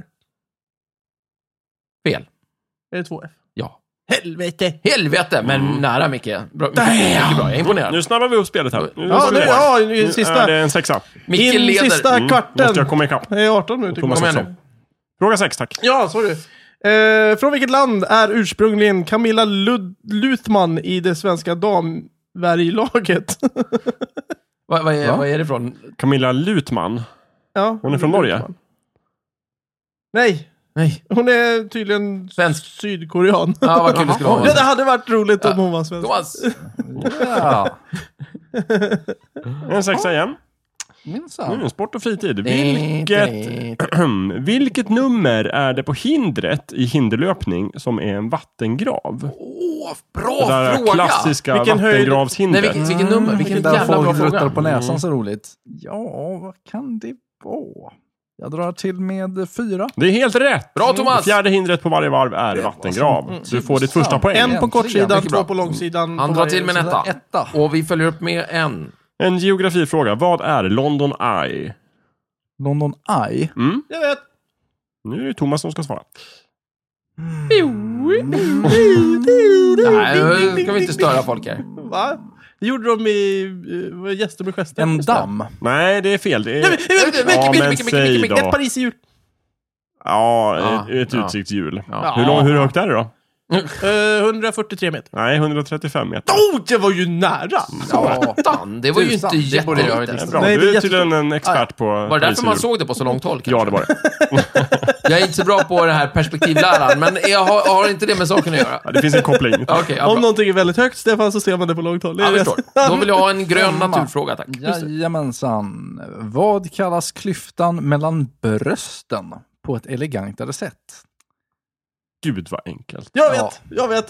[SPEAKER 2] Fel.
[SPEAKER 1] Är det två F?
[SPEAKER 2] Ja.
[SPEAKER 1] Helvete!
[SPEAKER 2] Helvete, men nära Micke. Bra, mycket, mycket bra, jag är imponerad.
[SPEAKER 3] Nu snabbar vi upp spelet här. Nu
[SPEAKER 1] Ja,
[SPEAKER 3] ska vi
[SPEAKER 1] nu,
[SPEAKER 3] gå.
[SPEAKER 1] ja, nu,
[SPEAKER 3] Nu
[SPEAKER 1] sista.
[SPEAKER 3] är det en sexa.
[SPEAKER 2] Micke
[SPEAKER 1] In
[SPEAKER 2] leder.
[SPEAKER 1] sista
[SPEAKER 3] Mm.
[SPEAKER 1] kvarten.
[SPEAKER 3] Måste jag komma ikapp.
[SPEAKER 1] Det är arton minuter
[SPEAKER 3] Thomas
[SPEAKER 1] kvar.
[SPEAKER 2] Kom igen
[SPEAKER 3] också.
[SPEAKER 2] nu.
[SPEAKER 3] Fråga sex, tack.
[SPEAKER 1] Ja, sorry. Eh, från vilket land är ursprungligen Camilla Lud- Luthman i det svenska damvärjlaget?
[SPEAKER 2] Vad, vad, är,
[SPEAKER 4] Va?
[SPEAKER 2] vad är det från?
[SPEAKER 3] Camilla Lutman.
[SPEAKER 1] Ja,
[SPEAKER 3] Hon är från Norge?
[SPEAKER 1] Luthman. Nej,
[SPEAKER 2] Nej.
[SPEAKER 1] hon är tydligen
[SPEAKER 2] Svensk.
[SPEAKER 1] sydkorean.
[SPEAKER 2] Ja, vad kul det skulle
[SPEAKER 1] Ja, det
[SPEAKER 2] vara.
[SPEAKER 1] hade varit roligt om
[SPEAKER 2] Ja.
[SPEAKER 1] hon var svensk.
[SPEAKER 2] Thomas.
[SPEAKER 4] Ja,
[SPEAKER 3] En sexa igen.
[SPEAKER 4] minsann.
[SPEAKER 3] Mm, sport och fritid. Vilket, vilket nummer är det på hindret i hinderlöpning som är en vattengrav?
[SPEAKER 2] Åh,
[SPEAKER 3] Det
[SPEAKER 2] bra
[SPEAKER 3] där
[SPEAKER 2] fråga!
[SPEAKER 3] klassiska
[SPEAKER 1] Vilken höjd-
[SPEAKER 2] Nej,
[SPEAKER 3] vattengravshindret.
[SPEAKER 2] vilken, vilken nummer? Vilken
[SPEAKER 4] Där
[SPEAKER 2] jävla bra
[SPEAKER 4] folk ruttar
[SPEAKER 2] fråga.
[SPEAKER 4] på näsan så roligt. Ja, vad kan det vara? Jag drar till med fyra.
[SPEAKER 3] Det är helt rätt!
[SPEAKER 2] Bra, Thomas!
[SPEAKER 3] Fjärde hindret på varje varv är vattengrav. Du får ditt första poäng.
[SPEAKER 1] En på
[SPEAKER 4] Äntligen,
[SPEAKER 1] kortsidan,
[SPEAKER 2] mycket bra.
[SPEAKER 1] två på långsidan.
[SPEAKER 2] Han
[SPEAKER 1] på
[SPEAKER 2] drar
[SPEAKER 1] varje
[SPEAKER 2] till med en
[SPEAKER 1] sida.
[SPEAKER 2] etta.
[SPEAKER 4] Etta.
[SPEAKER 2] Och vi följer upp med en.
[SPEAKER 3] En geografifråga. Vad är London Eye?
[SPEAKER 4] London Eye.
[SPEAKER 3] Mm?
[SPEAKER 1] Jag vet.
[SPEAKER 3] Nu är det Thomas som ska svara.
[SPEAKER 2] Nej, nu ska vi inte störa folk här.
[SPEAKER 1] Va? Det gjorde de i uh, Gäster med gester.
[SPEAKER 4] En damm.
[SPEAKER 3] Nej, det är fel. Det
[SPEAKER 1] Nej,
[SPEAKER 3] är...
[SPEAKER 1] men,
[SPEAKER 2] Mycket,
[SPEAKER 3] Ja,
[SPEAKER 2] mycket,
[SPEAKER 3] men
[SPEAKER 2] mycket,
[SPEAKER 3] säg
[SPEAKER 2] mycket, mycket.
[SPEAKER 3] då.
[SPEAKER 1] Ett Pariserhjul.
[SPEAKER 3] Ja,
[SPEAKER 2] Ja,
[SPEAKER 3] ett, ett
[SPEAKER 2] ja.
[SPEAKER 3] utsiktshjul.
[SPEAKER 2] Ja.
[SPEAKER 3] Hur, lång, hur högt är det då?
[SPEAKER 1] Uh, hundrafyrtiotre meter.
[SPEAKER 3] Nej, hundratrettiofem meter.
[SPEAKER 1] Oh, det var ju nära!
[SPEAKER 2] Satan, det var ju
[SPEAKER 4] Tusan,
[SPEAKER 2] inte
[SPEAKER 4] det borde jag ha
[SPEAKER 2] jättelitet.
[SPEAKER 4] visst.
[SPEAKER 3] Bra,
[SPEAKER 1] Nej, det
[SPEAKER 3] du
[SPEAKER 1] är
[SPEAKER 3] är tydligen en expert på
[SPEAKER 2] Var det därför man
[SPEAKER 3] pariserhjul.
[SPEAKER 2] såg det på så långt håll?
[SPEAKER 3] Ja,
[SPEAKER 2] kanske?
[SPEAKER 3] det var det.
[SPEAKER 2] Jag är inte så bra på den här perspektivläran, men jag har, har inte det med saken att göra.
[SPEAKER 3] Ja, det finns en koppling.
[SPEAKER 2] Okej, ja,
[SPEAKER 1] Om
[SPEAKER 2] bra.
[SPEAKER 1] någonting är väldigt högt, Stefan, så ser man det på långt håll. Det är
[SPEAKER 2] Jag
[SPEAKER 1] det.
[SPEAKER 2] förstår. Då vill jag ha en grön
[SPEAKER 4] Femma.
[SPEAKER 2] naturfråga, tack.
[SPEAKER 4] Jajamensan. Vad kallas klyftan mellan brösten på ett elegantare sätt?
[SPEAKER 3] Gud vad enkelt.
[SPEAKER 1] Jag vet,
[SPEAKER 4] Ja.
[SPEAKER 1] jag vet.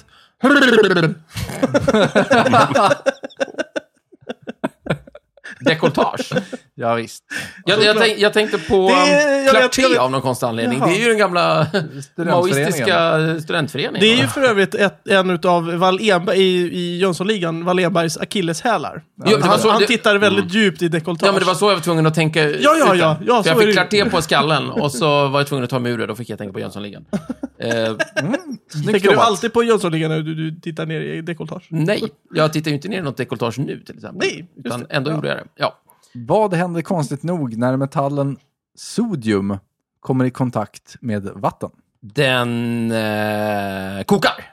[SPEAKER 2] Dekoltage.
[SPEAKER 4] Ja, visst.
[SPEAKER 2] Jag, jag, tänk, jag tänkte på um,
[SPEAKER 1] Det- jag vet- jag
[SPEAKER 2] Clarté
[SPEAKER 1] vet-
[SPEAKER 2] av någon konstig anledning.
[SPEAKER 1] Jaha.
[SPEAKER 2] Det är ju den gamla
[SPEAKER 4] Studentföreningen.
[SPEAKER 2] maoistiska studentföreningen.
[SPEAKER 1] Det är ju för övrigt ett, en utav Wallenberg i, i Jönssonligan, Wallenbergs akilleshälar.
[SPEAKER 2] Jo, det var
[SPEAKER 1] han
[SPEAKER 2] så
[SPEAKER 1] han
[SPEAKER 2] det-
[SPEAKER 1] tittar väldigt djupt i dekoltage.
[SPEAKER 2] Ja, men det var så jag var tvungen att tänka.
[SPEAKER 1] Ja, ja,
[SPEAKER 2] utan.
[SPEAKER 1] ja, ja,
[SPEAKER 2] För
[SPEAKER 1] så
[SPEAKER 2] jag
[SPEAKER 1] är
[SPEAKER 2] fick
[SPEAKER 1] det.
[SPEAKER 2] Clarté på skallen och så var jag tvungen att ta mig ur det. Då fick jag tänka på Jönssonligan. Eh,
[SPEAKER 4] Snyggt
[SPEAKER 1] Tänker du
[SPEAKER 4] jobbat.
[SPEAKER 1] alltid på Jönssonligan när du, du tittar ner i dekoltage?
[SPEAKER 2] nej, jag tittar ju inte ner i något dekoltage nu till exempel.
[SPEAKER 1] Nej, just
[SPEAKER 2] utan
[SPEAKER 1] det.
[SPEAKER 2] ändå
[SPEAKER 1] Ja.
[SPEAKER 2] gjorde jag det. Ja.
[SPEAKER 4] Vad händer konstigt nog när metallen sodium kommer i kontakt med vatten?
[SPEAKER 2] Den eh, kokar.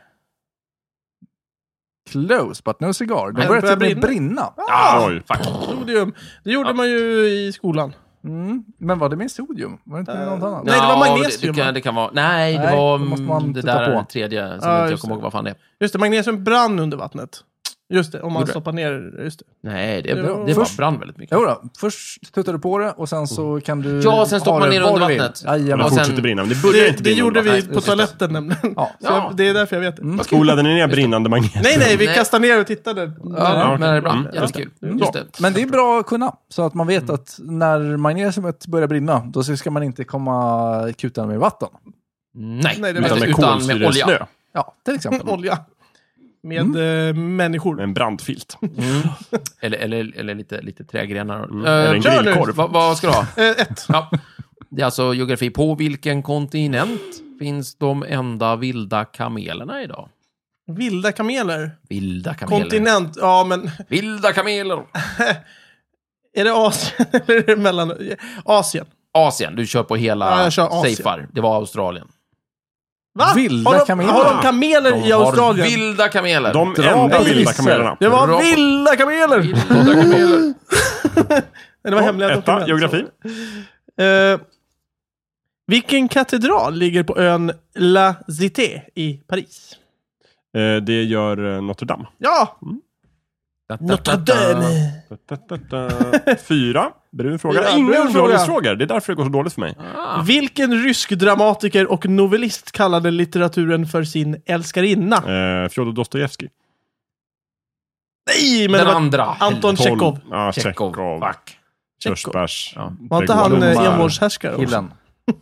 [SPEAKER 4] Close, but no cigar. Den
[SPEAKER 1] Den
[SPEAKER 4] börjar
[SPEAKER 1] börjar
[SPEAKER 4] till och med
[SPEAKER 1] brinna.
[SPEAKER 4] brinna.
[SPEAKER 2] Ah,
[SPEAKER 3] Oj.
[SPEAKER 2] fuck.
[SPEAKER 1] Sodium. Det gjorde
[SPEAKER 2] Ja.
[SPEAKER 1] man ju i skolan.
[SPEAKER 4] Mm. Men var det med sodium? Var det inte med
[SPEAKER 1] Eh,
[SPEAKER 4] något annat?
[SPEAKER 1] Nej, det var
[SPEAKER 2] Ja,
[SPEAKER 1] magnesium,
[SPEAKER 2] Det, det,
[SPEAKER 1] va?
[SPEAKER 2] kan, det kan vara... Nej, det
[SPEAKER 4] Nej,
[SPEAKER 2] var
[SPEAKER 4] då måste man
[SPEAKER 2] mm, det
[SPEAKER 4] titta
[SPEAKER 2] där
[SPEAKER 4] på.
[SPEAKER 2] tredje som
[SPEAKER 1] Ja,
[SPEAKER 2] inte jag
[SPEAKER 1] just
[SPEAKER 2] kommer ihåg vad fan det är.
[SPEAKER 1] Just det, magnesium brann under vattnet. Just det, om man
[SPEAKER 2] Gjorde det?
[SPEAKER 1] stoppar ner... Just det.
[SPEAKER 2] Nej, det,
[SPEAKER 1] Ja,
[SPEAKER 2] det
[SPEAKER 4] först-
[SPEAKER 2] bara brann väldigt mycket.
[SPEAKER 4] Jo då, först tuttar du på det och sen så kan du...
[SPEAKER 2] Ja, sen stoppar
[SPEAKER 4] ha
[SPEAKER 2] man
[SPEAKER 4] det
[SPEAKER 2] ner
[SPEAKER 4] var
[SPEAKER 2] under
[SPEAKER 4] du vill.
[SPEAKER 2] vattnet.
[SPEAKER 3] Den
[SPEAKER 4] Jajamän.
[SPEAKER 2] Och sen-
[SPEAKER 3] fortsätter brinna, men det börjar
[SPEAKER 1] Det,
[SPEAKER 3] inte
[SPEAKER 1] det
[SPEAKER 3] brinna.
[SPEAKER 1] gjorde
[SPEAKER 3] va?
[SPEAKER 1] vi
[SPEAKER 2] Nej,
[SPEAKER 1] på
[SPEAKER 2] just det.
[SPEAKER 1] toaletten nämligen.
[SPEAKER 4] Ja.
[SPEAKER 1] Så jag, det är därför jag vet det.
[SPEAKER 4] Mm.
[SPEAKER 3] Skolade ni ner brinnande magnesium?
[SPEAKER 1] Nej, nej, vi
[SPEAKER 2] Nej.
[SPEAKER 1] kastade ner och tittade.
[SPEAKER 2] Ja,
[SPEAKER 3] Ja,
[SPEAKER 2] men det brann.
[SPEAKER 3] mm,
[SPEAKER 2] Jättekul.
[SPEAKER 1] Mm.
[SPEAKER 2] Just det.
[SPEAKER 4] Men det är bra att kunna, så att man vet att när magnesiumet börjar brinna, då ska man inte komma kutan med vatten.
[SPEAKER 2] Nej,
[SPEAKER 1] Nej, det
[SPEAKER 2] men
[SPEAKER 3] Utan med
[SPEAKER 2] utan med
[SPEAKER 3] kolsyreslö.
[SPEAKER 2] olja.
[SPEAKER 4] Ja, till exempel.
[SPEAKER 1] Olja. Med eh, människor.
[SPEAKER 3] Med en brandfilt.
[SPEAKER 2] Mm. Eller, eller, eller lite, lite trägrenar.
[SPEAKER 3] Mm.
[SPEAKER 2] Eh,
[SPEAKER 3] Eller en
[SPEAKER 1] kör nu.
[SPEAKER 3] grillkorv.
[SPEAKER 2] vad, vad ska du ha?
[SPEAKER 1] Eh, ett.
[SPEAKER 2] Ja. Det är alltså geografi. På vilken kontinent finns de enda vilda kamelerna idag?
[SPEAKER 1] Vilda kameler.
[SPEAKER 2] Vilda kameler.
[SPEAKER 1] Kontinent. Ja, men
[SPEAKER 2] Vilda kameler.
[SPEAKER 1] är det Asien eller är det mellan... Asien.
[SPEAKER 2] Asien. Du kör på hela
[SPEAKER 1] Ja, jag kör Asien.
[SPEAKER 2] safear. Det var Australien.
[SPEAKER 1] Va?
[SPEAKER 4] Vilda
[SPEAKER 1] har de,
[SPEAKER 4] kameler.
[SPEAKER 1] Har de kameler
[SPEAKER 2] De
[SPEAKER 1] i Australien?
[SPEAKER 2] har vilda kameler.
[SPEAKER 3] De
[SPEAKER 4] Dra
[SPEAKER 3] enda
[SPEAKER 4] på
[SPEAKER 3] vilda
[SPEAKER 4] gissar.
[SPEAKER 3] kamelerna.
[SPEAKER 1] Det var
[SPEAKER 2] Bra på-
[SPEAKER 1] vilda kameler!
[SPEAKER 2] Vilda kameler.
[SPEAKER 1] Nej, det var hemliga
[SPEAKER 3] Etta,
[SPEAKER 1] dokument.
[SPEAKER 3] geografi.
[SPEAKER 1] Eh, vilken katedral ligger på ön La Cité i Paris?
[SPEAKER 3] Eh, Det gör eh, Notre Dame.
[SPEAKER 1] Ja! Notre Dame!
[SPEAKER 3] Da, da, da, da. Fyra. Brun fråga.
[SPEAKER 1] Fyra,
[SPEAKER 3] Inga
[SPEAKER 1] brun
[SPEAKER 3] underhållningsfrågor. Det är därför det går så dåligt för mig.
[SPEAKER 2] Ah.
[SPEAKER 1] Vilken rysk dramatiker och novellist kallade litteraturen för sin älskarinna?
[SPEAKER 3] Eh, Fjodor Dostojevskij.
[SPEAKER 1] Nej, men
[SPEAKER 2] Den
[SPEAKER 1] det var
[SPEAKER 2] andra.
[SPEAKER 1] Anton
[SPEAKER 3] Tolv.
[SPEAKER 1] Tjechov.
[SPEAKER 3] Ja,
[SPEAKER 2] Tjechov.
[SPEAKER 3] Tjechov.
[SPEAKER 2] Fuck.
[SPEAKER 3] Körsbärs.
[SPEAKER 2] Ja.
[SPEAKER 1] Var inte han
[SPEAKER 3] Trädgården.
[SPEAKER 1] eh, envårdshärskare också?
[SPEAKER 4] Killen.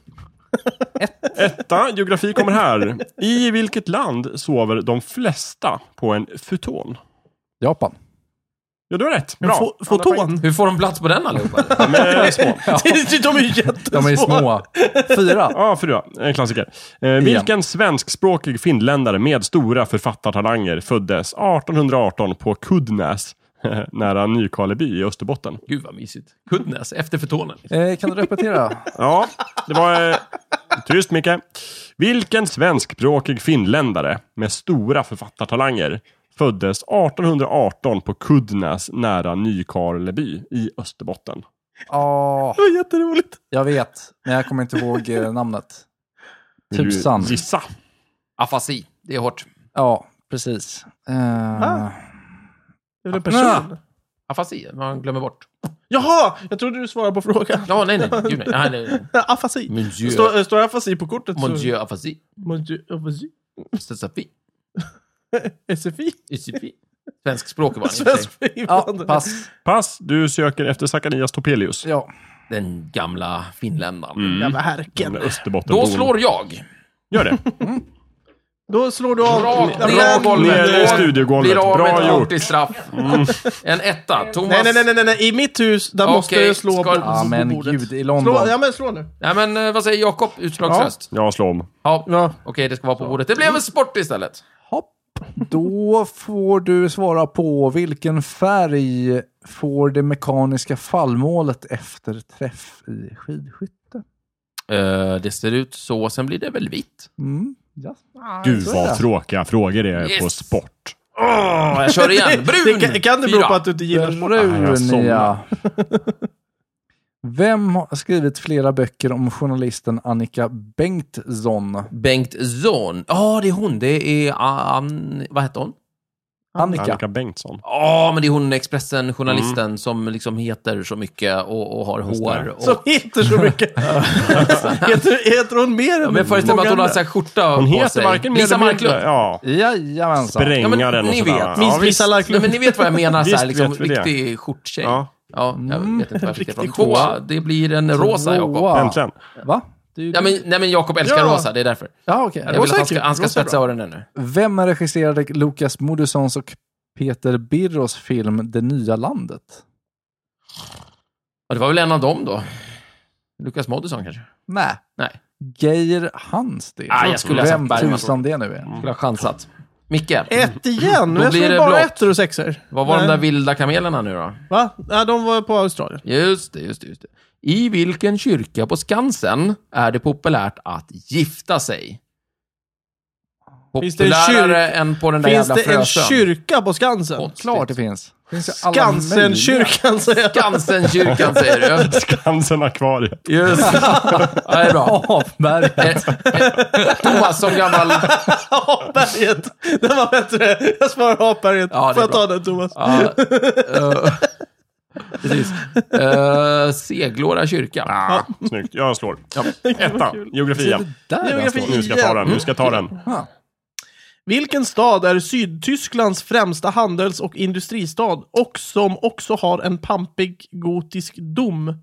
[SPEAKER 3] Etta, geografi kommer här. I vilket land sover de flesta på en futon?
[SPEAKER 4] Japan.
[SPEAKER 3] Ja, du har rätt.
[SPEAKER 1] En
[SPEAKER 3] Bra.
[SPEAKER 1] fo-
[SPEAKER 3] Alla poäng.
[SPEAKER 1] foton?
[SPEAKER 2] Hur får de plats på den allihopa?
[SPEAKER 3] De är små.
[SPEAKER 1] De är ju jättesmå.
[SPEAKER 4] De är ju små. Fyra.
[SPEAKER 3] Ja, fyra. En klassiker. Eh, vilken svenskspråkig finländare med stora författartalanger föddes arton arton på Kuddnäs, nära Nykarleby i Österbotten?
[SPEAKER 2] Gud vad mysigt. Kuddnäs, efter Förtånen.
[SPEAKER 4] Eh, kan du repetera?
[SPEAKER 3] Ja, det var... Eh, tyst, Micke. Vilken svenskspråkig finländare med stora författartalanger föddes arton arton på Kuddnäs, nära Nykarleby i Österbotten?
[SPEAKER 4] Ja,
[SPEAKER 1] Det var jätteroligt.
[SPEAKER 4] jag vet. Men jag kommer inte ihåg eh, namnet.
[SPEAKER 3] Vill du
[SPEAKER 4] Tusan.
[SPEAKER 3] gissa?
[SPEAKER 2] Afasi. Det är hårt.
[SPEAKER 4] Ja, precis. Eh,
[SPEAKER 1] Ah. Det är väl en person?
[SPEAKER 2] Afasi, man glömmer bort.
[SPEAKER 1] Jaha! Jag trodde du svarade på frågan.
[SPEAKER 2] Ja, nej, nej. Gud, nej. nej, nej, nej.
[SPEAKER 1] Afasi.
[SPEAKER 2] Monsieur,
[SPEAKER 1] Står, står afasi på kortet så...
[SPEAKER 2] Monsieur Afasi.
[SPEAKER 1] Monsieur afasi.
[SPEAKER 2] Safi.
[SPEAKER 1] S F I.
[SPEAKER 2] S F I. Svensk språk var det i och för sig.
[SPEAKER 1] Svensk
[SPEAKER 4] ja,
[SPEAKER 1] invandrare.
[SPEAKER 4] pass.
[SPEAKER 3] Pass, du söker efter Zacharias Topelius.
[SPEAKER 4] Ja.
[SPEAKER 2] Den gamla finländaren.
[SPEAKER 3] Mm.
[SPEAKER 1] Jävla härken.
[SPEAKER 3] Den Österbottenbon.
[SPEAKER 2] Då slår jag.
[SPEAKER 3] Gör det.
[SPEAKER 1] Då slår du av...
[SPEAKER 2] Rakt
[SPEAKER 1] Ja,
[SPEAKER 2] ner
[SPEAKER 1] men-
[SPEAKER 2] på golvet.
[SPEAKER 3] Ner i studiogolvet.
[SPEAKER 2] Blir av
[SPEAKER 3] Bra
[SPEAKER 2] med ett
[SPEAKER 3] gjort.
[SPEAKER 2] antistraff. En etta. Thomas.
[SPEAKER 1] Nej, nej, nej, nej, nej. I mitt hus, där
[SPEAKER 2] Okej,
[SPEAKER 1] måste jag slå
[SPEAKER 2] ska-
[SPEAKER 1] på,
[SPEAKER 4] Ja,
[SPEAKER 1] på
[SPEAKER 4] men
[SPEAKER 1] bordet.
[SPEAKER 4] gud, i London.
[SPEAKER 1] Slå, ja, men slå nu.
[SPEAKER 2] Nej, men eh, vad säger Jakob? Utslagsröst.
[SPEAKER 3] Ja, slå om.
[SPEAKER 2] Ja.
[SPEAKER 1] Ja.
[SPEAKER 2] Okej, det ska vara på bordet. Det blev en sport istället.
[SPEAKER 4] Hopp. Då får du svara på vilken färg får det mekaniska fallmålet efter träff i skidskytte?
[SPEAKER 2] Eh, det ser ut så. Sen blir det väl vitt.
[SPEAKER 4] Mm. Ja.
[SPEAKER 3] Gud
[SPEAKER 4] så är
[SPEAKER 3] vad
[SPEAKER 4] det.
[SPEAKER 3] tråkiga frågor det är
[SPEAKER 2] Yes.
[SPEAKER 3] på sport.
[SPEAKER 2] Åh, jag kör igen. Brun!
[SPEAKER 1] Det kan, kan det bero
[SPEAKER 2] Fyra.
[SPEAKER 1] på att du inte gillar sport?
[SPEAKER 3] Nej, jag
[SPEAKER 4] Brun,
[SPEAKER 3] somnar.
[SPEAKER 4] ja. Vem har skrivit flera böcker om journalisten Annika Bengtsson?
[SPEAKER 2] Bengt Zon. Ja, det är hon. Det är Ann... Vad heter hon?
[SPEAKER 4] Annika.
[SPEAKER 3] Annika Bengtsson.
[SPEAKER 2] Ja, men det är hon Expressen-journalisten som liksom heter så mycket och, och har
[SPEAKER 3] Just det.
[SPEAKER 2] hår. Och...
[SPEAKER 1] Som heter så mycket. heter, heter hon mer än
[SPEAKER 2] Ja, men jag föreställer mig att hon har så här skjorta
[SPEAKER 3] Hon
[SPEAKER 2] på
[SPEAKER 3] heter
[SPEAKER 2] sig.
[SPEAKER 3] varken mer
[SPEAKER 2] Lisa
[SPEAKER 3] eller
[SPEAKER 2] Marklund.
[SPEAKER 3] mindre. Ja.
[SPEAKER 4] Jajamensan.
[SPEAKER 3] Sprängaren
[SPEAKER 2] Ja, men
[SPEAKER 3] och
[SPEAKER 2] ni
[SPEAKER 3] sådär.
[SPEAKER 2] vet.
[SPEAKER 3] Ja,
[SPEAKER 1] Minst
[SPEAKER 3] visst.
[SPEAKER 1] Lisa
[SPEAKER 2] Nej,
[SPEAKER 1] Larklund.
[SPEAKER 2] men ni vet vad jag menar, så här,
[SPEAKER 3] Visst
[SPEAKER 2] liksom,
[SPEAKER 3] vet vi det.
[SPEAKER 2] riktig skjorttjej.
[SPEAKER 3] Ja.
[SPEAKER 2] Ja, jag
[SPEAKER 4] Mm.
[SPEAKER 2] vet inte vad jag fick det från.
[SPEAKER 1] Riktigt
[SPEAKER 2] Tvåa, det blir en rosa, Jakob.
[SPEAKER 4] Tvåa.
[SPEAKER 3] Äntligen.
[SPEAKER 4] Va? Du,
[SPEAKER 2] Ja, men, nej, men Jakob älskar
[SPEAKER 1] Ja.
[SPEAKER 2] rosa, det är därför.
[SPEAKER 4] ja, okej.
[SPEAKER 2] Jag vill
[SPEAKER 1] Rosa
[SPEAKER 2] att
[SPEAKER 1] är
[SPEAKER 2] han ska,
[SPEAKER 1] kul.
[SPEAKER 2] han ska
[SPEAKER 1] Rosa är
[SPEAKER 2] spetsa
[SPEAKER 1] bra.
[SPEAKER 2] öronen nu.
[SPEAKER 4] Vem regisserade Lukas Moodyssons och Peter Birros film Det nya landet?
[SPEAKER 2] Och det var väl en av dem då? Lukas Moodysson kanske?
[SPEAKER 4] Nej.
[SPEAKER 2] Nej,
[SPEAKER 4] Geir Hansten.
[SPEAKER 2] Ah, jag skulle ha sagt
[SPEAKER 4] Vem
[SPEAKER 2] Bergman.
[SPEAKER 4] tusan det nu är.
[SPEAKER 2] skulle ha chansat. Micke,
[SPEAKER 1] Ett igen?
[SPEAKER 2] Då
[SPEAKER 1] Jag
[SPEAKER 2] blir
[SPEAKER 1] såg
[SPEAKER 2] det
[SPEAKER 1] bara
[SPEAKER 2] blått.
[SPEAKER 1] ettor och sexor.
[SPEAKER 2] vad var
[SPEAKER 1] Nej.
[SPEAKER 2] de där vilda kamelerna nu då?
[SPEAKER 1] Va? Ja, de var på Australien.
[SPEAKER 2] Just det, just det, just det. I vilken kyrka på Skansen är det populärt att gifta sig?
[SPEAKER 1] Finns det en
[SPEAKER 2] Populärare än på den där
[SPEAKER 1] Finns
[SPEAKER 2] jävla
[SPEAKER 1] det en
[SPEAKER 2] Frösön.
[SPEAKER 1] kyrka på Skansen?
[SPEAKER 2] Konstigt.
[SPEAKER 4] Klart det finns. finns ju alla möjliga.
[SPEAKER 1] Skansen-kyrkan säger jag.
[SPEAKER 2] Skansen-kyrkan säger du.
[SPEAKER 3] Skansen-akvariet.
[SPEAKER 2] Just det. Ja, det är bra.
[SPEAKER 4] Avberget.
[SPEAKER 2] Eh, eh, Thomas som gammal...
[SPEAKER 1] Apberget! Den var bättre. Jag svarar Apberget.
[SPEAKER 2] Ja, det är
[SPEAKER 1] Får jag
[SPEAKER 2] bra.
[SPEAKER 1] ta den, Thomas?
[SPEAKER 2] Ja, eh, precis. Uh, Seglåra kyrka.
[SPEAKER 3] Ah, snyggt. Jag slår.
[SPEAKER 2] Ja.
[SPEAKER 3] Etta. Geografi igen.
[SPEAKER 4] Där
[SPEAKER 1] Geografi.
[SPEAKER 4] alltså.
[SPEAKER 3] Nu ska jag ta den. Nu ska jag ta den.
[SPEAKER 4] Ah.
[SPEAKER 1] Vilken stad är Sydtysklands främsta handels- och industristad och som också har en pampig gotisk dom?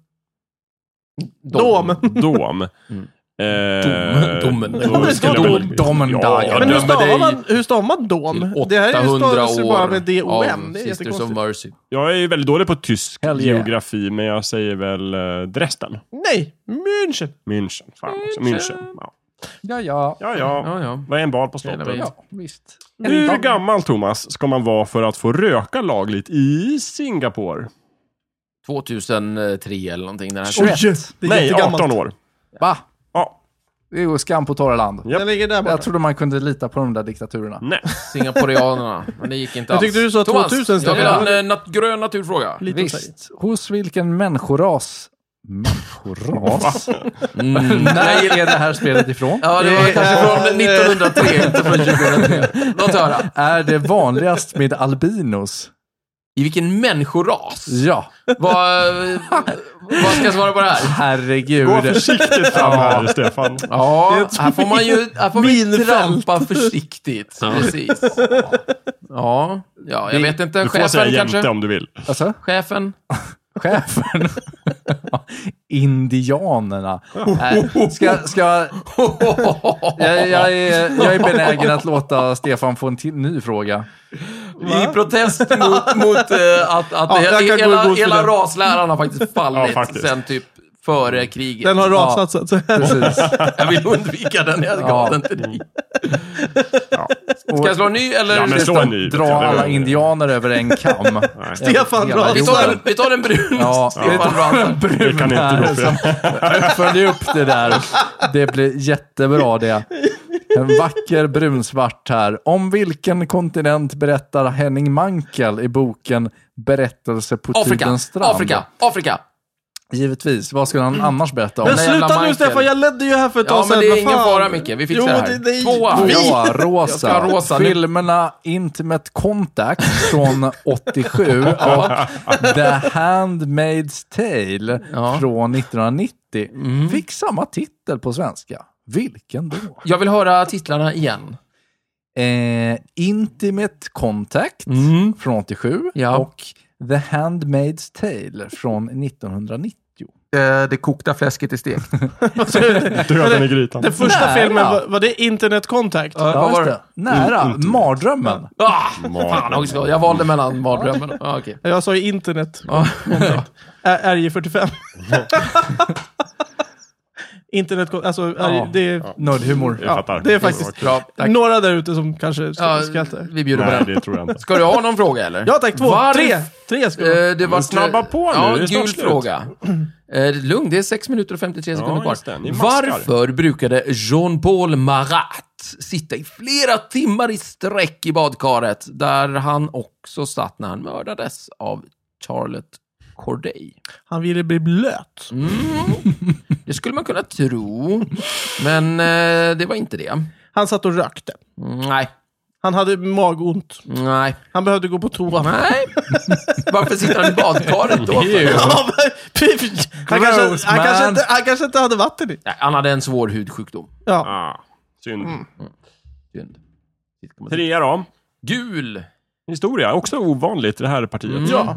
[SPEAKER 1] Dom.
[SPEAKER 3] Dom.
[SPEAKER 2] Mm.
[SPEAKER 3] Eh,
[SPEAKER 2] Domen.
[SPEAKER 3] då
[SPEAKER 1] Ja, det
[SPEAKER 3] skulle
[SPEAKER 1] står
[SPEAKER 3] jag-
[SPEAKER 4] dom. Domen
[SPEAKER 3] Ja,
[SPEAKER 4] där, ja.
[SPEAKER 3] jag
[SPEAKER 1] Men hur
[SPEAKER 2] dömer
[SPEAKER 1] stavar
[SPEAKER 2] dig
[SPEAKER 1] man, hur stavar man dom?
[SPEAKER 2] till
[SPEAKER 1] Det här är ju
[SPEAKER 2] åttahundra
[SPEAKER 1] stavas ju bara
[SPEAKER 2] år
[SPEAKER 1] med D O M.
[SPEAKER 2] av
[SPEAKER 1] Det är
[SPEAKER 2] Sisters of
[SPEAKER 1] jättekonstigt.
[SPEAKER 2] Mercy.
[SPEAKER 3] Jag är ju väldigt dålig på tysk
[SPEAKER 4] Hell yeah.
[SPEAKER 3] geografi, men jag säger väl eh, Dresden.
[SPEAKER 1] Nej, München.
[SPEAKER 3] München. Fan också.
[SPEAKER 2] München.
[SPEAKER 3] München. Ja.
[SPEAKER 4] Ja, ja.
[SPEAKER 3] ja, ja.
[SPEAKER 2] Ja, ja.
[SPEAKER 3] Vad är en bal på
[SPEAKER 2] Hela
[SPEAKER 3] slottet?
[SPEAKER 2] vägen.
[SPEAKER 4] Ja, visst.
[SPEAKER 3] Hur gammal, Thomas, ska man vara för att få röka lagligt i Singapore?
[SPEAKER 2] tvåtusentre eller någonting. Den här.
[SPEAKER 4] tjugoett.
[SPEAKER 1] Oj, det är
[SPEAKER 3] Nej,
[SPEAKER 1] jättegammalt.
[SPEAKER 3] arton år.
[SPEAKER 4] Va?
[SPEAKER 3] Ja.
[SPEAKER 4] Det är ju skam på torra land.
[SPEAKER 3] Japp.
[SPEAKER 1] Den ligger där borta.
[SPEAKER 4] Jag trodde man kunde lita på de där diktaturerna.
[SPEAKER 3] Nej.
[SPEAKER 2] Singaporeanerna. Men det gick inte
[SPEAKER 1] Jag
[SPEAKER 2] alls.
[SPEAKER 1] tyckte du sa
[SPEAKER 2] Thomas,
[SPEAKER 1] tvåtusen
[SPEAKER 2] jag vill ha
[SPEAKER 1] ställen.
[SPEAKER 2] en eh, nat- grön naturfråga.
[SPEAKER 1] Lite att säga.
[SPEAKER 4] Visst. Hos vilken människoras... Människoras?
[SPEAKER 2] Mm.
[SPEAKER 4] När är det här spelet ifrån?
[SPEAKER 2] Ja, det var
[SPEAKER 1] Eh,
[SPEAKER 2] kanske från
[SPEAKER 1] eh,
[SPEAKER 2] nittonhundratre, inte från tjugohundratre. Låt höra.
[SPEAKER 4] Är det vanligast med albinos?
[SPEAKER 2] I vilken människoras?
[SPEAKER 4] Ja.
[SPEAKER 2] Vad, vad ska jag svara på det här?
[SPEAKER 4] Herregud.
[SPEAKER 3] Gå försiktigt fram här, Stefan.
[SPEAKER 2] Ja, här får man ju här får vi
[SPEAKER 1] minfält.
[SPEAKER 2] trampa försiktigt. Precis. Ja, ja, jag vet inte.
[SPEAKER 3] Du får säga
[SPEAKER 2] Chefen
[SPEAKER 3] jämte
[SPEAKER 2] kanske?
[SPEAKER 3] om du vill.
[SPEAKER 4] Alltså,
[SPEAKER 2] Chefen?
[SPEAKER 4] chefen. Indianerna. Äh, ska, ska, jag, jag, är, jag är benägen att låta Stefan få en till, ny fråga.
[SPEAKER 2] I protest mot, mot uh, att, att
[SPEAKER 1] Ja,
[SPEAKER 2] det,
[SPEAKER 1] jag kan gå i
[SPEAKER 2] hela,
[SPEAKER 1] god för
[SPEAKER 2] hela
[SPEAKER 1] den.
[SPEAKER 2] rasläran har faktiskt fallit
[SPEAKER 3] Ja, faktiskt.
[SPEAKER 2] sen typ före kriget.
[SPEAKER 1] Den har
[SPEAKER 4] Ja.
[SPEAKER 1] rasat så att säga.
[SPEAKER 4] Precis.
[SPEAKER 2] Jag vill undvika den, jag gav
[SPEAKER 4] Ja.
[SPEAKER 2] den till dig.
[SPEAKER 3] Ja.
[SPEAKER 2] Ska jag slå en ny eller?
[SPEAKER 3] Ja, men slå en ny.
[SPEAKER 4] Dra alla indianer över en kam.
[SPEAKER 1] Stefan
[SPEAKER 4] Hela
[SPEAKER 1] rasar.
[SPEAKER 2] vi, tar en, vi tar en brun.
[SPEAKER 4] Ja,
[SPEAKER 2] Stefan rasar.
[SPEAKER 3] Det kan inte gå fel.
[SPEAKER 4] Följ upp det där. Det blir jättebra det. En vacker brunsvart här. Om vilken kontinent berättar Henning Mankell i boken Berättelse på
[SPEAKER 2] Afrika,
[SPEAKER 4] tidens strand?
[SPEAKER 2] Afrika, Afrika.
[SPEAKER 4] Givetvis. Vad skulle han annars berätta om?
[SPEAKER 1] Men
[SPEAKER 2] Den jävla
[SPEAKER 1] sluta nu
[SPEAKER 2] Michael.
[SPEAKER 1] Stefan, jag ledde ju här för ett
[SPEAKER 2] Ja,
[SPEAKER 1] tag
[SPEAKER 2] men
[SPEAKER 1] sedan.
[SPEAKER 2] det är
[SPEAKER 1] Vad
[SPEAKER 2] ingen
[SPEAKER 1] fan?
[SPEAKER 2] fara, Micke. Vi fixar
[SPEAKER 1] Jo,
[SPEAKER 2] det här.
[SPEAKER 1] det- det-
[SPEAKER 2] Tvåa.
[SPEAKER 1] Vi-
[SPEAKER 4] Tvåa,
[SPEAKER 2] Jag ska ha
[SPEAKER 4] rosa.
[SPEAKER 2] rosa nu.
[SPEAKER 4] Filmerna Intimate Contact från åttiosju och The Handmaid's Tale
[SPEAKER 2] Ja.
[SPEAKER 4] från nittonhundranittio
[SPEAKER 2] Mm.
[SPEAKER 4] fick samma titel på svenska. Vilken då?
[SPEAKER 2] Jag vill höra titlarna igen.
[SPEAKER 4] Eh, Intimate Contact
[SPEAKER 2] Mm.
[SPEAKER 4] från åttiosju
[SPEAKER 2] Ja.
[SPEAKER 4] och The Handmaid's Tale från nittonhundranittio.
[SPEAKER 2] Det kokta fläsket i stek.
[SPEAKER 3] Döden i grytan.
[SPEAKER 1] Den första
[SPEAKER 4] Nära.
[SPEAKER 1] filmen, var, var det Internet Contact?
[SPEAKER 2] Ja,
[SPEAKER 4] Ja,
[SPEAKER 2] vad var
[SPEAKER 4] just
[SPEAKER 2] det?
[SPEAKER 4] det. Nära.
[SPEAKER 3] Mm,
[SPEAKER 4] Mardrömmen.
[SPEAKER 2] Ah, fan också. Jag valde mellan mardrömmen. Ah, okej.
[SPEAKER 1] Jag sa ju Internet.
[SPEAKER 2] Ah, bra.
[SPEAKER 1] Ä- R J fyrtiofem. Internet, alltså, R J,
[SPEAKER 4] Ja.
[SPEAKER 1] det är...
[SPEAKER 4] Nördhumor.
[SPEAKER 3] Jag fattar.
[SPEAKER 1] det är faktiskt-
[SPEAKER 2] Bra, tack.
[SPEAKER 1] Några där ute som kanske
[SPEAKER 2] Ja,
[SPEAKER 1] skrattar.
[SPEAKER 2] vi bjuder på
[SPEAKER 3] Nej,
[SPEAKER 2] den.
[SPEAKER 3] det tror jag inte.
[SPEAKER 2] Ska du ha någon fråga eller?
[SPEAKER 1] Ja tack, två,
[SPEAKER 2] Varf-
[SPEAKER 1] tre! Tre ska det vara.
[SPEAKER 2] Eh, det var
[SPEAKER 3] snabba på nu,
[SPEAKER 2] Ja,
[SPEAKER 3] det är snart
[SPEAKER 2] gul
[SPEAKER 3] slut.
[SPEAKER 2] fråga. Eh, lugn, det är sex minuter och femtiotre sekunder
[SPEAKER 3] Ja, just
[SPEAKER 2] kvar.
[SPEAKER 3] det, ni maskar.
[SPEAKER 2] Varför brukade Jean-Paul Marat sitta i flera timmar i sträck i badkaret där han också satt när han mördades av Charlotte Corday?
[SPEAKER 1] Han ville bli blöt.
[SPEAKER 2] Mm. Det skulle man kunna tro, men eh, det var inte det.
[SPEAKER 1] Han satt och rökte.
[SPEAKER 2] Mm, nej,
[SPEAKER 1] Han hade magont.
[SPEAKER 2] nej,
[SPEAKER 1] Han behövde gå på toa.
[SPEAKER 2] nej. Varför sitter han i badkaret då?
[SPEAKER 1] Ja, men- han, kanske,
[SPEAKER 4] Gross,
[SPEAKER 1] han,
[SPEAKER 4] man.
[SPEAKER 1] kanske inte, han kanske inte hade vatten i.
[SPEAKER 2] Nej, han hade en svår hudsjukdom.
[SPEAKER 1] Ja.
[SPEAKER 3] Ah, synd.
[SPEAKER 2] Synd.
[SPEAKER 3] Trea då.
[SPEAKER 2] Gul.
[SPEAKER 3] Historia, också ovanligt i det här partiet.
[SPEAKER 2] Mm.
[SPEAKER 1] ja.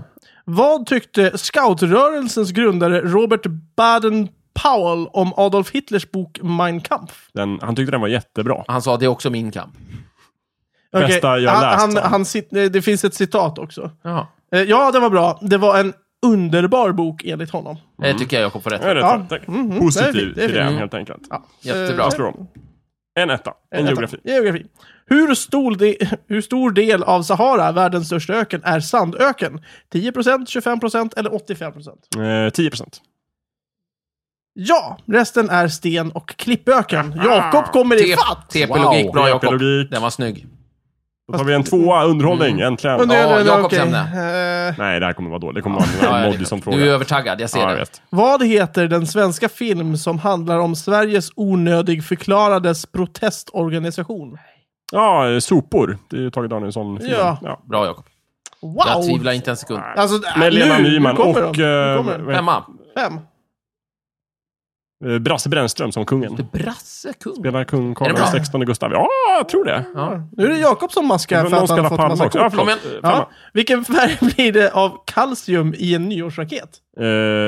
[SPEAKER 1] Vad tyckte scoutrörelsens grundare Robert Baden-Powell om Adolf Hitlers bok Mein Kampf?
[SPEAKER 3] Den, han tyckte den var jättebra.
[SPEAKER 2] Han sa det är också min kamp.
[SPEAKER 1] Okej,
[SPEAKER 3] Bästa jag
[SPEAKER 1] han,
[SPEAKER 3] läst,
[SPEAKER 1] han,
[SPEAKER 3] va?
[SPEAKER 1] han sit, det finns ett citat också.
[SPEAKER 2] Jaha.
[SPEAKER 1] Eh, Ja, det var bra. Det var en underbar bok enligt honom.
[SPEAKER 2] Det tycker jag Jakob får rätt
[SPEAKER 3] Jag är
[SPEAKER 2] för.
[SPEAKER 3] rätt
[SPEAKER 1] Ja.
[SPEAKER 3] för. Tack.
[SPEAKER 1] Mhm. Det är
[SPEAKER 3] Positiv
[SPEAKER 1] fint, det är
[SPEAKER 3] till det,
[SPEAKER 1] fint.
[SPEAKER 3] helt enkelt.
[SPEAKER 1] Ja.
[SPEAKER 2] Jättebra.
[SPEAKER 3] Vad står de? En etta. En geografi.
[SPEAKER 1] Geografi. Hur stor, de, hur stor del av Sahara, världens största öken, är sandöken? tio procent, tjugofem procent eller åttiofem procent?
[SPEAKER 3] Eh, tio procent.
[SPEAKER 1] Ja, resten är sten- och klippöken. Jakob kommer i fatt!
[SPEAKER 2] T P-logik,
[SPEAKER 4] Wow.
[SPEAKER 2] bra Jakob.
[SPEAKER 3] T P-logik.
[SPEAKER 2] Den var snygg.
[SPEAKER 3] Då tar vi en tvåa underhållning,
[SPEAKER 2] Mm.
[SPEAKER 3] äntligen.
[SPEAKER 1] Och nu
[SPEAKER 2] Ja,
[SPEAKER 1] är det-
[SPEAKER 2] Jakobs
[SPEAKER 1] okej.
[SPEAKER 2] ämne.
[SPEAKER 1] Eh,
[SPEAKER 3] Nej, det här kommer vara dåligt. Det kommer vara
[SPEAKER 2] Ja,
[SPEAKER 3] en
[SPEAKER 2] ja,
[SPEAKER 3] moddig som
[SPEAKER 2] det-
[SPEAKER 3] fråga.
[SPEAKER 2] du är övertaggad, jag ser
[SPEAKER 3] Ja, jag
[SPEAKER 2] det.
[SPEAKER 3] vet.
[SPEAKER 1] Vad heter den svenska film som handlar om Sveriges onödig förklarades protestorganisation?
[SPEAKER 3] Ja, eh, sopor. Det är ju Tage Danielsson.
[SPEAKER 1] Ja.
[SPEAKER 3] ja.
[SPEAKER 2] Bra Jakob.
[SPEAKER 1] Wow!
[SPEAKER 2] Jag tvivlar inte en sekund.
[SPEAKER 1] Alltså, äh,
[SPEAKER 3] Med Lena
[SPEAKER 1] nu,
[SPEAKER 3] Nyman
[SPEAKER 1] nu kommer
[SPEAKER 3] och
[SPEAKER 1] de. Nu
[SPEAKER 3] eh,
[SPEAKER 1] kommer de.
[SPEAKER 3] vad heter-
[SPEAKER 2] Femma.
[SPEAKER 1] Fem.
[SPEAKER 3] eh, Brasse Brännström som kungen.
[SPEAKER 2] Det Brasse kung.
[SPEAKER 3] Spelar kung
[SPEAKER 2] Är
[SPEAKER 3] Karl
[SPEAKER 2] det bra?
[SPEAKER 3] den sextonde Gustav. Ja, jag tror det.
[SPEAKER 2] Ja.
[SPEAKER 1] Nu är det Jakob som maskar
[SPEAKER 3] Men
[SPEAKER 1] för
[SPEAKER 3] någon
[SPEAKER 1] att han
[SPEAKER 3] spelar
[SPEAKER 1] har fått
[SPEAKER 3] Palme
[SPEAKER 1] massa
[SPEAKER 3] också. Ja,
[SPEAKER 1] kort.
[SPEAKER 3] förlåt.
[SPEAKER 2] Kom igen.
[SPEAKER 3] Eh, femma.
[SPEAKER 1] Ja. Vilken färg blir det av kalcium i en nyårsraket?
[SPEAKER 3] Eh,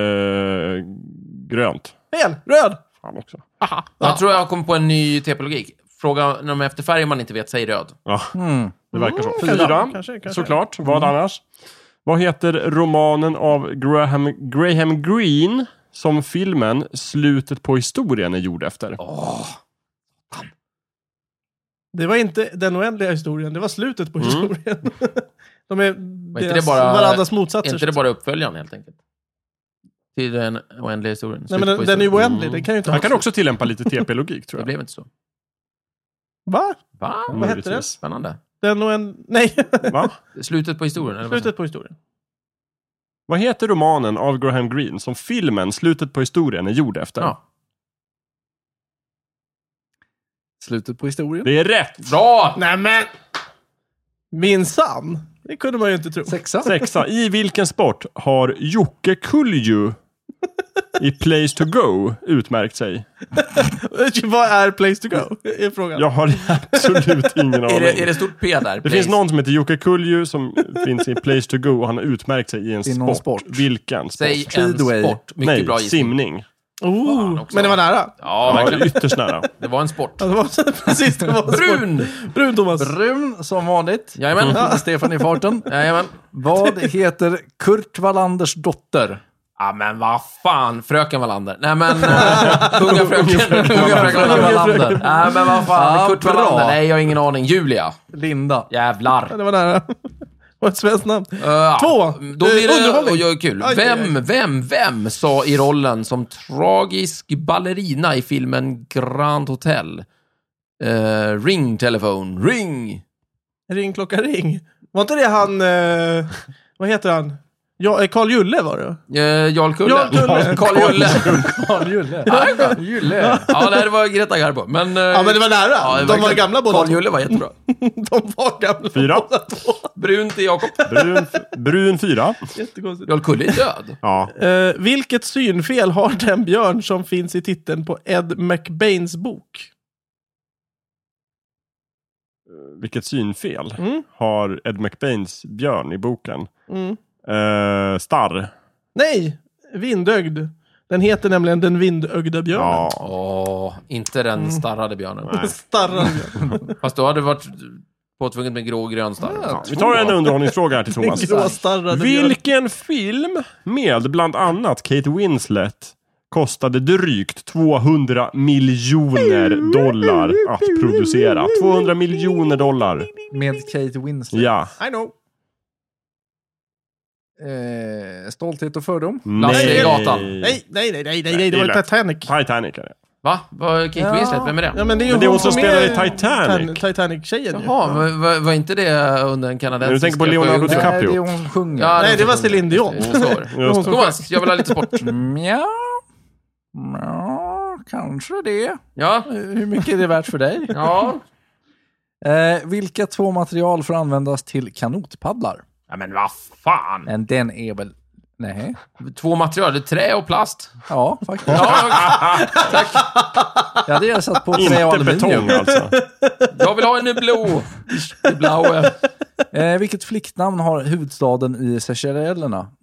[SPEAKER 3] grönt.
[SPEAKER 1] Fel! Röd!
[SPEAKER 3] Fan också.
[SPEAKER 1] Aha.
[SPEAKER 2] Jag tror jag kommer på en ny T P-logik. Fråga om efter färg man inte vet, säg röd.
[SPEAKER 3] Ja,
[SPEAKER 4] Mm.
[SPEAKER 3] det verkar så.
[SPEAKER 1] Mm,
[SPEAKER 3] Fyra,
[SPEAKER 1] kanske, kanske, kanske.
[SPEAKER 3] såklart. Vad annars? Vad heter romanen av Graham, Graham Greene som filmen Slutet på historien är gjord efter?
[SPEAKER 2] Åh,
[SPEAKER 1] Det var inte den oändliga historien, det var slutet på
[SPEAKER 3] Mm.
[SPEAKER 1] historien. De är
[SPEAKER 2] inte
[SPEAKER 1] deras,
[SPEAKER 2] det bara-
[SPEAKER 1] varandras
[SPEAKER 2] är
[SPEAKER 1] motsatser.
[SPEAKER 2] inte det bara uppföljaren helt enkelt? Till den oändliga historien.
[SPEAKER 1] Nej, men
[SPEAKER 2] Slutet på
[SPEAKER 1] den, den är ju
[SPEAKER 2] historien.
[SPEAKER 1] oändlig, det kan ju inte
[SPEAKER 3] Han
[SPEAKER 1] ha
[SPEAKER 3] kan
[SPEAKER 1] slut.
[SPEAKER 3] också tillämpa lite T P-logik, tror
[SPEAKER 2] Det
[SPEAKER 3] jag.
[SPEAKER 2] blev inte så.
[SPEAKER 1] Va?
[SPEAKER 2] Va?
[SPEAKER 1] Vad hette det?
[SPEAKER 3] Möjligtvis.
[SPEAKER 2] Spännande.
[SPEAKER 1] Den oänd... Nej,
[SPEAKER 3] Va?
[SPEAKER 2] Slutet på historien, eller vad
[SPEAKER 1] slutet på historien.
[SPEAKER 3] Vad heter romanen av Graham Greene som filmen Slutet på historien är gjord efter?
[SPEAKER 2] Ja.
[SPEAKER 4] Slutet på historien.
[SPEAKER 3] Det är rätt!
[SPEAKER 2] Bra!
[SPEAKER 1] Nej men! Minsann! Det kunde man ju inte tro.
[SPEAKER 4] Sexa.
[SPEAKER 3] Sexa. I vilken sport har Jocke Kulju i Place to Go utmärkt sig?
[SPEAKER 1] Vad är place to go? Är frågan.
[SPEAKER 3] Jag har absolut ingen aning.
[SPEAKER 2] Är det, är det stort P där?
[SPEAKER 3] Det finns någon som heter Jocke Kulju som finns i Place to Go och han har utmärkt sig i en
[SPEAKER 4] I någon
[SPEAKER 3] sport.
[SPEAKER 4] sport.
[SPEAKER 3] Vilken sport?
[SPEAKER 2] Säg en
[SPEAKER 4] Speedway.
[SPEAKER 2] sport. Mycket
[SPEAKER 3] Nej,
[SPEAKER 2] bra gissning.
[SPEAKER 3] simning.
[SPEAKER 1] Oh,
[SPEAKER 2] Fan också.
[SPEAKER 1] men det var nära.
[SPEAKER 2] Ja,
[SPEAKER 3] Ja,
[SPEAKER 2] verkligen.
[SPEAKER 3] ytterst nära.
[SPEAKER 2] Det var en sport.
[SPEAKER 1] Ja, det var precis, det var
[SPEAKER 2] Brun!
[SPEAKER 1] Brun Thomas.
[SPEAKER 4] Brun som vanligt.
[SPEAKER 2] Jajamän.
[SPEAKER 4] Stefan i farten.
[SPEAKER 2] Jajamän.
[SPEAKER 4] Vad heter Kurt Wallanders dotter?
[SPEAKER 2] Ja, men vad fan. Fröken Wallander. Nej, men... Uh, unga fröken. Unga fröken Wallander. Nej, men vad fan.
[SPEAKER 4] Ja,
[SPEAKER 2] Kurt
[SPEAKER 4] bra.
[SPEAKER 2] Wallander. Nej, jag har ingen aning. Julia.
[SPEAKER 4] Linda.
[SPEAKER 1] Ja,
[SPEAKER 2] Jävlar.
[SPEAKER 1] det var nära. Och ett svenskt namn.
[SPEAKER 2] Uh, ja.
[SPEAKER 1] Två.
[SPEAKER 2] Då blir
[SPEAKER 1] Eh,
[SPEAKER 2] det...
[SPEAKER 1] underhållning.
[SPEAKER 2] Oj, oj, kul.
[SPEAKER 1] Aj, aj, aj.
[SPEAKER 2] Vem, vem, vem sa i rollen som tragisk ballerina i filmen Grand Hotel? Uh, ring telefon. Ring!
[SPEAKER 1] Ring klocka ring. Var inte det han... Eh, vad heter han? Ja, eh, Carl Julle var det.
[SPEAKER 2] Uh, Jarl Kulle.
[SPEAKER 1] Jarl Kulle.
[SPEAKER 2] Carl Julle.
[SPEAKER 4] Carl Julle. Julle.
[SPEAKER 2] Ja, nej, det var Greta Garbo. Men, uh,
[SPEAKER 1] Ja, men det var nära.
[SPEAKER 2] ja,
[SPEAKER 1] De var
[SPEAKER 2] verkligen.
[SPEAKER 1] gamla båda
[SPEAKER 2] Carl
[SPEAKER 1] två.
[SPEAKER 2] Julle var jättebra.
[SPEAKER 1] De var gamla
[SPEAKER 3] Fyra.
[SPEAKER 1] båda två.
[SPEAKER 2] Brun till Jakob.
[SPEAKER 3] Brun, brun fyra.
[SPEAKER 1] Jättekonstigt.
[SPEAKER 2] Jarl Kulle är död.
[SPEAKER 3] Ja.
[SPEAKER 1] Eh, vilket synfel har den björn som finns i titeln på Ed McBains bok?
[SPEAKER 3] Vilket synfel
[SPEAKER 1] Mm.
[SPEAKER 3] har Ed McBains björn i boken?
[SPEAKER 1] Mm.
[SPEAKER 3] Eh, starr.
[SPEAKER 1] Nej, vindögd. Den heter nämligen Den vindögda björnen.
[SPEAKER 3] Ja.
[SPEAKER 2] Åh, inte den starrade björnen.
[SPEAKER 3] Nej.
[SPEAKER 1] Starrad björn.
[SPEAKER 2] Fast då hade det varit påtvunget med grå och grön starr.
[SPEAKER 3] Ja, vi tar en underhållningsfråga här till
[SPEAKER 1] Den
[SPEAKER 3] Thomas.
[SPEAKER 1] grå starrade björn.
[SPEAKER 3] Vilken film med bland annat Kate Winslet kostade drygt tvåhundra miljoner dollar att producera? tvåhundra miljoner dollar.
[SPEAKER 4] Med Kate Winslet.
[SPEAKER 3] Ja.
[SPEAKER 1] I know.
[SPEAKER 4] Eh, stolthet och fördom.
[SPEAKER 2] Lasse i gatan.
[SPEAKER 1] Nej, nej, nej, nej, nej, nej,
[SPEAKER 3] det
[SPEAKER 1] det
[SPEAKER 3] är
[SPEAKER 1] var
[SPEAKER 3] lätt.
[SPEAKER 1] Titanic.
[SPEAKER 3] Titanic är det.
[SPEAKER 2] Va? Vad Kate
[SPEAKER 4] Ja.
[SPEAKER 2] Winslet? Vem är det?
[SPEAKER 1] Ja, men det är ju
[SPEAKER 3] Men det är hon som
[SPEAKER 1] som
[SPEAKER 3] spelar
[SPEAKER 1] är
[SPEAKER 3] i Titanic.
[SPEAKER 1] Titan- Titanic-tjejen ju.
[SPEAKER 2] Jaha, var, var, var inte det under en kanadensisk...
[SPEAKER 3] Du tänker på Leonardo
[SPEAKER 2] sjöjungfru?
[SPEAKER 3] DiCaprio.
[SPEAKER 4] Nej, det är hon sjunger.
[SPEAKER 2] Ja,
[SPEAKER 1] Nej, det var Celine Dion.
[SPEAKER 2] Just det, så var det.
[SPEAKER 3] Just det.
[SPEAKER 2] Thomas, jag vill ha lite sport.
[SPEAKER 4] Mm, ja. ja, kanske det.
[SPEAKER 2] Ja,
[SPEAKER 4] Hur mycket är det värt för dig?
[SPEAKER 2] ja.
[SPEAKER 4] Eh, vilka två material får användas till kanotpaddlar?
[SPEAKER 2] Ja, men vad fan.
[SPEAKER 4] Men den är väl... Nej.
[SPEAKER 2] Två material, det är trä och plast.
[SPEAKER 4] Ja, faktiskt.
[SPEAKER 2] Ja,
[SPEAKER 4] Jag hade satt på trä och
[SPEAKER 3] Inte betong
[SPEAKER 4] aluminium.
[SPEAKER 3] alltså.
[SPEAKER 2] jag vill ha en blå. Det blåa.
[SPEAKER 4] Eh, vilket flicknamn har huvudstaden i Seychellerna?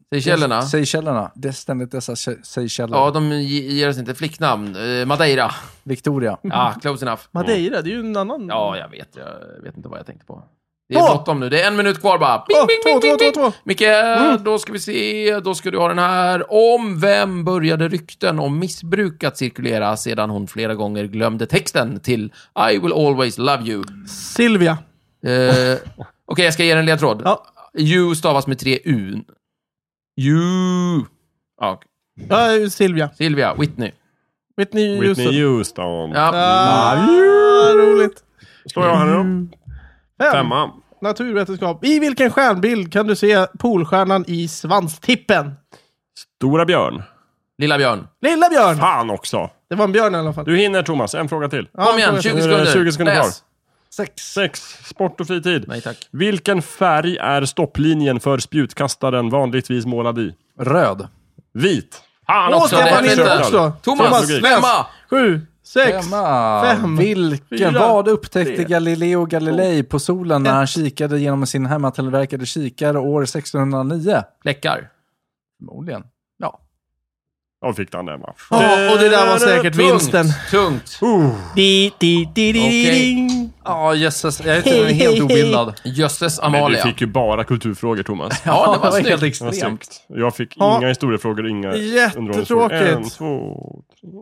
[SPEAKER 2] Seychellerna.
[SPEAKER 4] Seychellerna. Det är ständigt dessa Se- Seycheller.
[SPEAKER 2] Ja, de ge- ger oss inte flicknamn. Eh, Madeira.
[SPEAKER 4] Victoria.
[SPEAKER 2] Ja, close enough.
[SPEAKER 1] Madeira, det är ju en annan...
[SPEAKER 2] Ja, jag vet. Jag vet inte vad jag tänkte på. Det är
[SPEAKER 1] Två.
[SPEAKER 2] bråttom nu. Det är en minut kvar bara. Bing,
[SPEAKER 1] Åh,
[SPEAKER 2] bing,
[SPEAKER 1] två,
[SPEAKER 2] bing, bing,
[SPEAKER 1] två,
[SPEAKER 2] bing.
[SPEAKER 1] två, två.
[SPEAKER 2] Micke, då ska vi se. Då ska du ha den här. Om vem började rykten om missbruk att cirkulera sedan hon flera gånger glömde texten till I will always love you.
[SPEAKER 1] Silvia.
[SPEAKER 2] Eh, Okej, okay, jag ska ge er en ledtråd.
[SPEAKER 1] Ja.
[SPEAKER 2] You stavas med tre U. You. Ja, okay.
[SPEAKER 1] Ja, Silvia.
[SPEAKER 2] Silvia, Whitney.
[SPEAKER 1] Whitney
[SPEAKER 3] Whitney
[SPEAKER 1] Houston.
[SPEAKER 3] Houston.
[SPEAKER 2] Ja.
[SPEAKER 1] Ah, roligt.
[SPEAKER 3] Slår jag här nu då?
[SPEAKER 1] Fem.
[SPEAKER 3] Femma.
[SPEAKER 1] Naturvetenskap. I vilken stjärnbild kan du se Polstjärnan i svanstippen?
[SPEAKER 3] Stora björn.
[SPEAKER 2] Lilla Björn.
[SPEAKER 1] Lilla björn!
[SPEAKER 3] Fan också.
[SPEAKER 1] Det var en björn i alla fall.
[SPEAKER 3] Du hinner, Thomas. En fråga till.
[SPEAKER 1] Ja,
[SPEAKER 2] Kom igen,
[SPEAKER 1] fråga.
[SPEAKER 2] tjugo
[SPEAKER 3] Eh,
[SPEAKER 2] sekunder.
[SPEAKER 3] tjugo sekunder kvar.
[SPEAKER 2] Läs.
[SPEAKER 4] Sex.
[SPEAKER 3] Sex. Sport och fritid.
[SPEAKER 2] Nej, tack.
[SPEAKER 3] Vilken färg är stopplinjen för spjutkastaren vanligtvis målad i?
[SPEAKER 4] Röd.
[SPEAKER 3] Vit. Fan
[SPEAKER 1] Åh,
[SPEAKER 3] också.
[SPEAKER 1] Stefan
[SPEAKER 2] det är
[SPEAKER 1] inte
[SPEAKER 2] inte.
[SPEAKER 1] också.
[SPEAKER 2] Thomas,
[SPEAKER 1] läs.
[SPEAKER 2] femma.
[SPEAKER 1] Sju, sex,
[SPEAKER 4] Femma.
[SPEAKER 1] fem,
[SPEAKER 4] Vilken
[SPEAKER 1] fyra,
[SPEAKER 4] vad upptäckte
[SPEAKER 1] tre,
[SPEAKER 4] Galileo Galilei på solen när
[SPEAKER 1] ett.
[SPEAKER 4] han kikade genom sin hemmatillverkade kikare år sextonhundraniio?
[SPEAKER 2] Fläckar.
[SPEAKER 4] Förmodligen. Ja.
[SPEAKER 3] Ja, fick han den va?
[SPEAKER 1] Ja, och det där var säkert vinsten.
[SPEAKER 2] Tungt.
[SPEAKER 3] Uh.
[SPEAKER 1] Di, di, di, di,
[SPEAKER 2] Okej.
[SPEAKER 1] ding.
[SPEAKER 4] Ja, jösses. Jag är helt obildad.
[SPEAKER 2] Jösses
[SPEAKER 3] Men du
[SPEAKER 2] Amalia.
[SPEAKER 3] fick ju bara kulturfrågor, Thomas.
[SPEAKER 2] Ja, det var snyggt.
[SPEAKER 4] helt
[SPEAKER 3] Det var
[SPEAKER 4] extremt.
[SPEAKER 3] snyggt. Jag fick
[SPEAKER 1] Ja.
[SPEAKER 3] inga historiefrågor, inga underhållningsfrågor.
[SPEAKER 1] Jättetråkigt.
[SPEAKER 3] En, två, tre.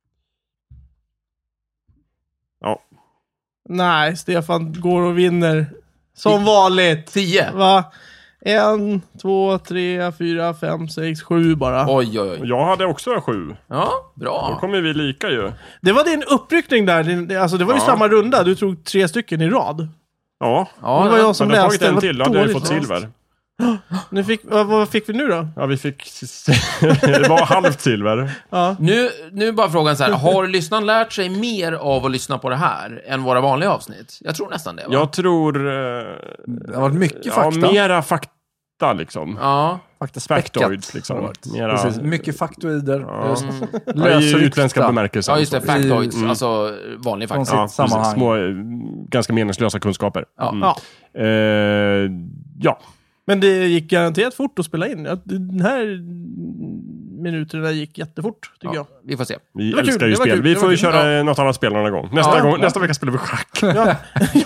[SPEAKER 3] Ja.
[SPEAKER 1] Nej, Stefan går och vinner. Som vanligt.
[SPEAKER 2] Tio.
[SPEAKER 1] Va? En, två, tre, fyra, fem, sex, sju bara.
[SPEAKER 2] Oj, oj, oj.
[SPEAKER 3] Jag hade också en sju.
[SPEAKER 2] Ja,
[SPEAKER 3] Då
[SPEAKER 2] bra.
[SPEAKER 3] kommer vi lika ju.
[SPEAKER 1] Det var din uppryckning där. Din, det- alltså det var ju
[SPEAKER 3] Ja.
[SPEAKER 1] samma runda. Du tog tre stycken i rad.
[SPEAKER 3] Ja.
[SPEAKER 2] Ja,
[SPEAKER 1] det var jag som
[SPEAKER 3] Hade jag
[SPEAKER 1] läste.
[SPEAKER 3] tagit en
[SPEAKER 1] Det var
[SPEAKER 3] till, då hade jag ju
[SPEAKER 1] dåligt
[SPEAKER 3] fått
[SPEAKER 1] läst.
[SPEAKER 3] silver.
[SPEAKER 1] Nu fick, vad, vad fick vi nu då?
[SPEAKER 3] Ja, vi fick... det var halvt silver.
[SPEAKER 1] Ja.
[SPEAKER 2] Nu, nu bara frågan så här. Har lyssnaren lärt sig mer av att lyssna på det här än våra vanliga avsnitt? Jag tror nästan det, va?
[SPEAKER 3] Jag tror... eh,
[SPEAKER 4] Det har varit mycket
[SPEAKER 3] Ja,
[SPEAKER 4] fakta.
[SPEAKER 3] mera fakta liksom.
[SPEAKER 2] Ja.
[SPEAKER 4] Faktaspäckat.
[SPEAKER 3] Factoids liksom.
[SPEAKER 4] har det varit.
[SPEAKER 3] Mera...
[SPEAKER 4] Precis. Mycket faktoider.
[SPEAKER 3] Ja.
[SPEAKER 4] Just
[SPEAKER 2] Mm.
[SPEAKER 3] Ja, i
[SPEAKER 4] lösryckta.
[SPEAKER 3] utländska bemärkelser.
[SPEAKER 2] Ja, just det. Factoids.
[SPEAKER 3] Mm.
[SPEAKER 2] Alltså vanlig fakta.
[SPEAKER 4] Från
[SPEAKER 3] Ja,
[SPEAKER 4] sitt sammanhang.
[SPEAKER 3] precis. Små, eh, ganska meningslösa kunskaper.
[SPEAKER 2] Ja.
[SPEAKER 3] Mm.
[SPEAKER 1] Ja.
[SPEAKER 3] Eh, ja.
[SPEAKER 1] Men det gick garanterat fort att spela in. Ja, Den här minuterna gick jättefort, tycker
[SPEAKER 2] Ja,
[SPEAKER 1] jag.
[SPEAKER 2] vi får se.
[SPEAKER 3] Vi
[SPEAKER 1] Det var kul,
[SPEAKER 3] älskar ju
[SPEAKER 1] det var
[SPEAKER 3] spel.
[SPEAKER 1] kul,
[SPEAKER 3] Vi
[SPEAKER 1] det
[SPEAKER 3] får
[SPEAKER 1] var
[SPEAKER 3] ju
[SPEAKER 1] kul.
[SPEAKER 3] köra något annat spel någon gång. Nästa,
[SPEAKER 2] Ja.
[SPEAKER 3] gång, nästa vecka spelar vi schack.
[SPEAKER 1] Ja.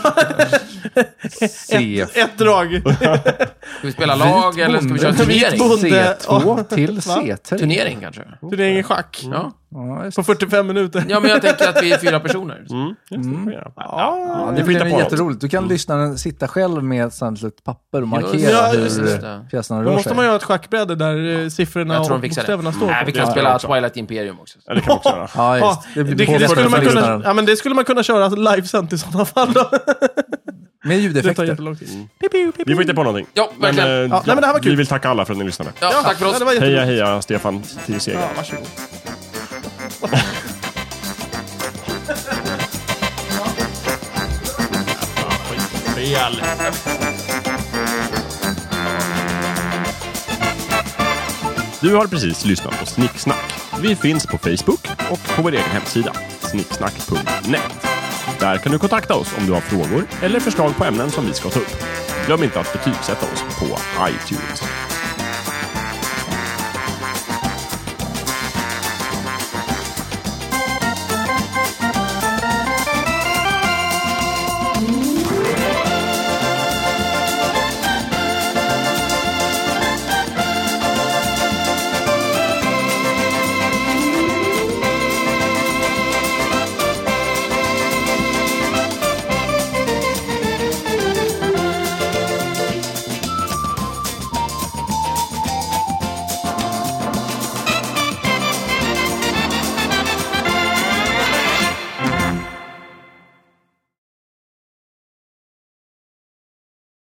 [SPEAKER 4] C.
[SPEAKER 1] ett, ett drag.
[SPEAKER 2] Ska vi spela lag eller ska vi köra
[SPEAKER 1] bonde.
[SPEAKER 2] turnering?
[SPEAKER 1] Bonde.
[SPEAKER 4] C två till
[SPEAKER 1] Va?
[SPEAKER 4] C tre.
[SPEAKER 2] Turnering kanske?
[SPEAKER 1] Turnering i schack.
[SPEAKER 2] Ja.
[SPEAKER 4] Ja, just
[SPEAKER 1] På fyrtiofem minuter.
[SPEAKER 2] Ja, men jag tänker att vi är fyra personer.
[SPEAKER 3] Mm. Just det,
[SPEAKER 4] Mm.
[SPEAKER 3] får vi göra.
[SPEAKER 1] Ja.
[SPEAKER 4] Ja,
[SPEAKER 3] Vi
[SPEAKER 4] det
[SPEAKER 3] får
[SPEAKER 4] blir
[SPEAKER 3] hitta på något.
[SPEAKER 4] jätteroligt. Du kan lyssna sitta själv med ett sånt litet papper och markera
[SPEAKER 1] Ja,
[SPEAKER 2] just
[SPEAKER 4] hur
[SPEAKER 2] det.
[SPEAKER 4] pjäserna
[SPEAKER 1] Då
[SPEAKER 4] rör
[SPEAKER 1] måste
[SPEAKER 4] sig.
[SPEAKER 1] man ju ha ett schackbräde där eh, siffrorna
[SPEAKER 2] Jag tror
[SPEAKER 1] och
[SPEAKER 2] de fixar
[SPEAKER 1] bokstäverna
[SPEAKER 2] det.
[SPEAKER 1] står
[SPEAKER 2] Nej,
[SPEAKER 1] på.
[SPEAKER 2] vi kan
[SPEAKER 3] Ja,
[SPEAKER 2] spela
[SPEAKER 3] ja, också.
[SPEAKER 2] Twilight Imperium också.
[SPEAKER 3] Ja, det kan vi också göra.
[SPEAKER 4] Ja,
[SPEAKER 1] Ja,
[SPEAKER 4] just. Det
[SPEAKER 1] det,
[SPEAKER 4] blir
[SPEAKER 1] det,
[SPEAKER 4] påfört
[SPEAKER 1] skulle man
[SPEAKER 4] för
[SPEAKER 1] kunna,
[SPEAKER 4] lyssnaren.
[SPEAKER 1] ja, men det skulle man kunna köra livesänt i sådana fall då.
[SPEAKER 4] Med
[SPEAKER 1] Det tar
[SPEAKER 4] ljudeffekter.
[SPEAKER 1] jättelång tid.
[SPEAKER 3] Mm.
[SPEAKER 1] Piu, piu, piu,
[SPEAKER 3] Vi får
[SPEAKER 1] piu.
[SPEAKER 3] hitta på någonting.
[SPEAKER 2] Ja,
[SPEAKER 3] Men,
[SPEAKER 2] verkligen.
[SPEAKER 3] eh,
[SPEAKER 1] Ja, nej, men det här var kul.
[SPEAKER 3] Vi vill tacka alla för att ni lyssnade.
[SPEAKER 2] Ja, tack för
[SPEAKER 1] Ja,
[SPEAKER 2] oss.
[SPEAKER 1] det var
[SPEAKER 3] Heja,
[SPEAKER 1] jätteroligt.
[SPEAKER 3] heja, Stefan till seger.
[SPEAKER 1] Ja, varsågod.
[SPEAKER 3] Fel. Du har precis lyssnat på Snicksnack. Vi finns på Facebook och på vår egen hemsida, snicksnack punkt net. Där kan du kontakta oss om du har frågor eller förslag på ämnen som vi ska ta upp. Glöm inte att betygsätta oss på iTunes.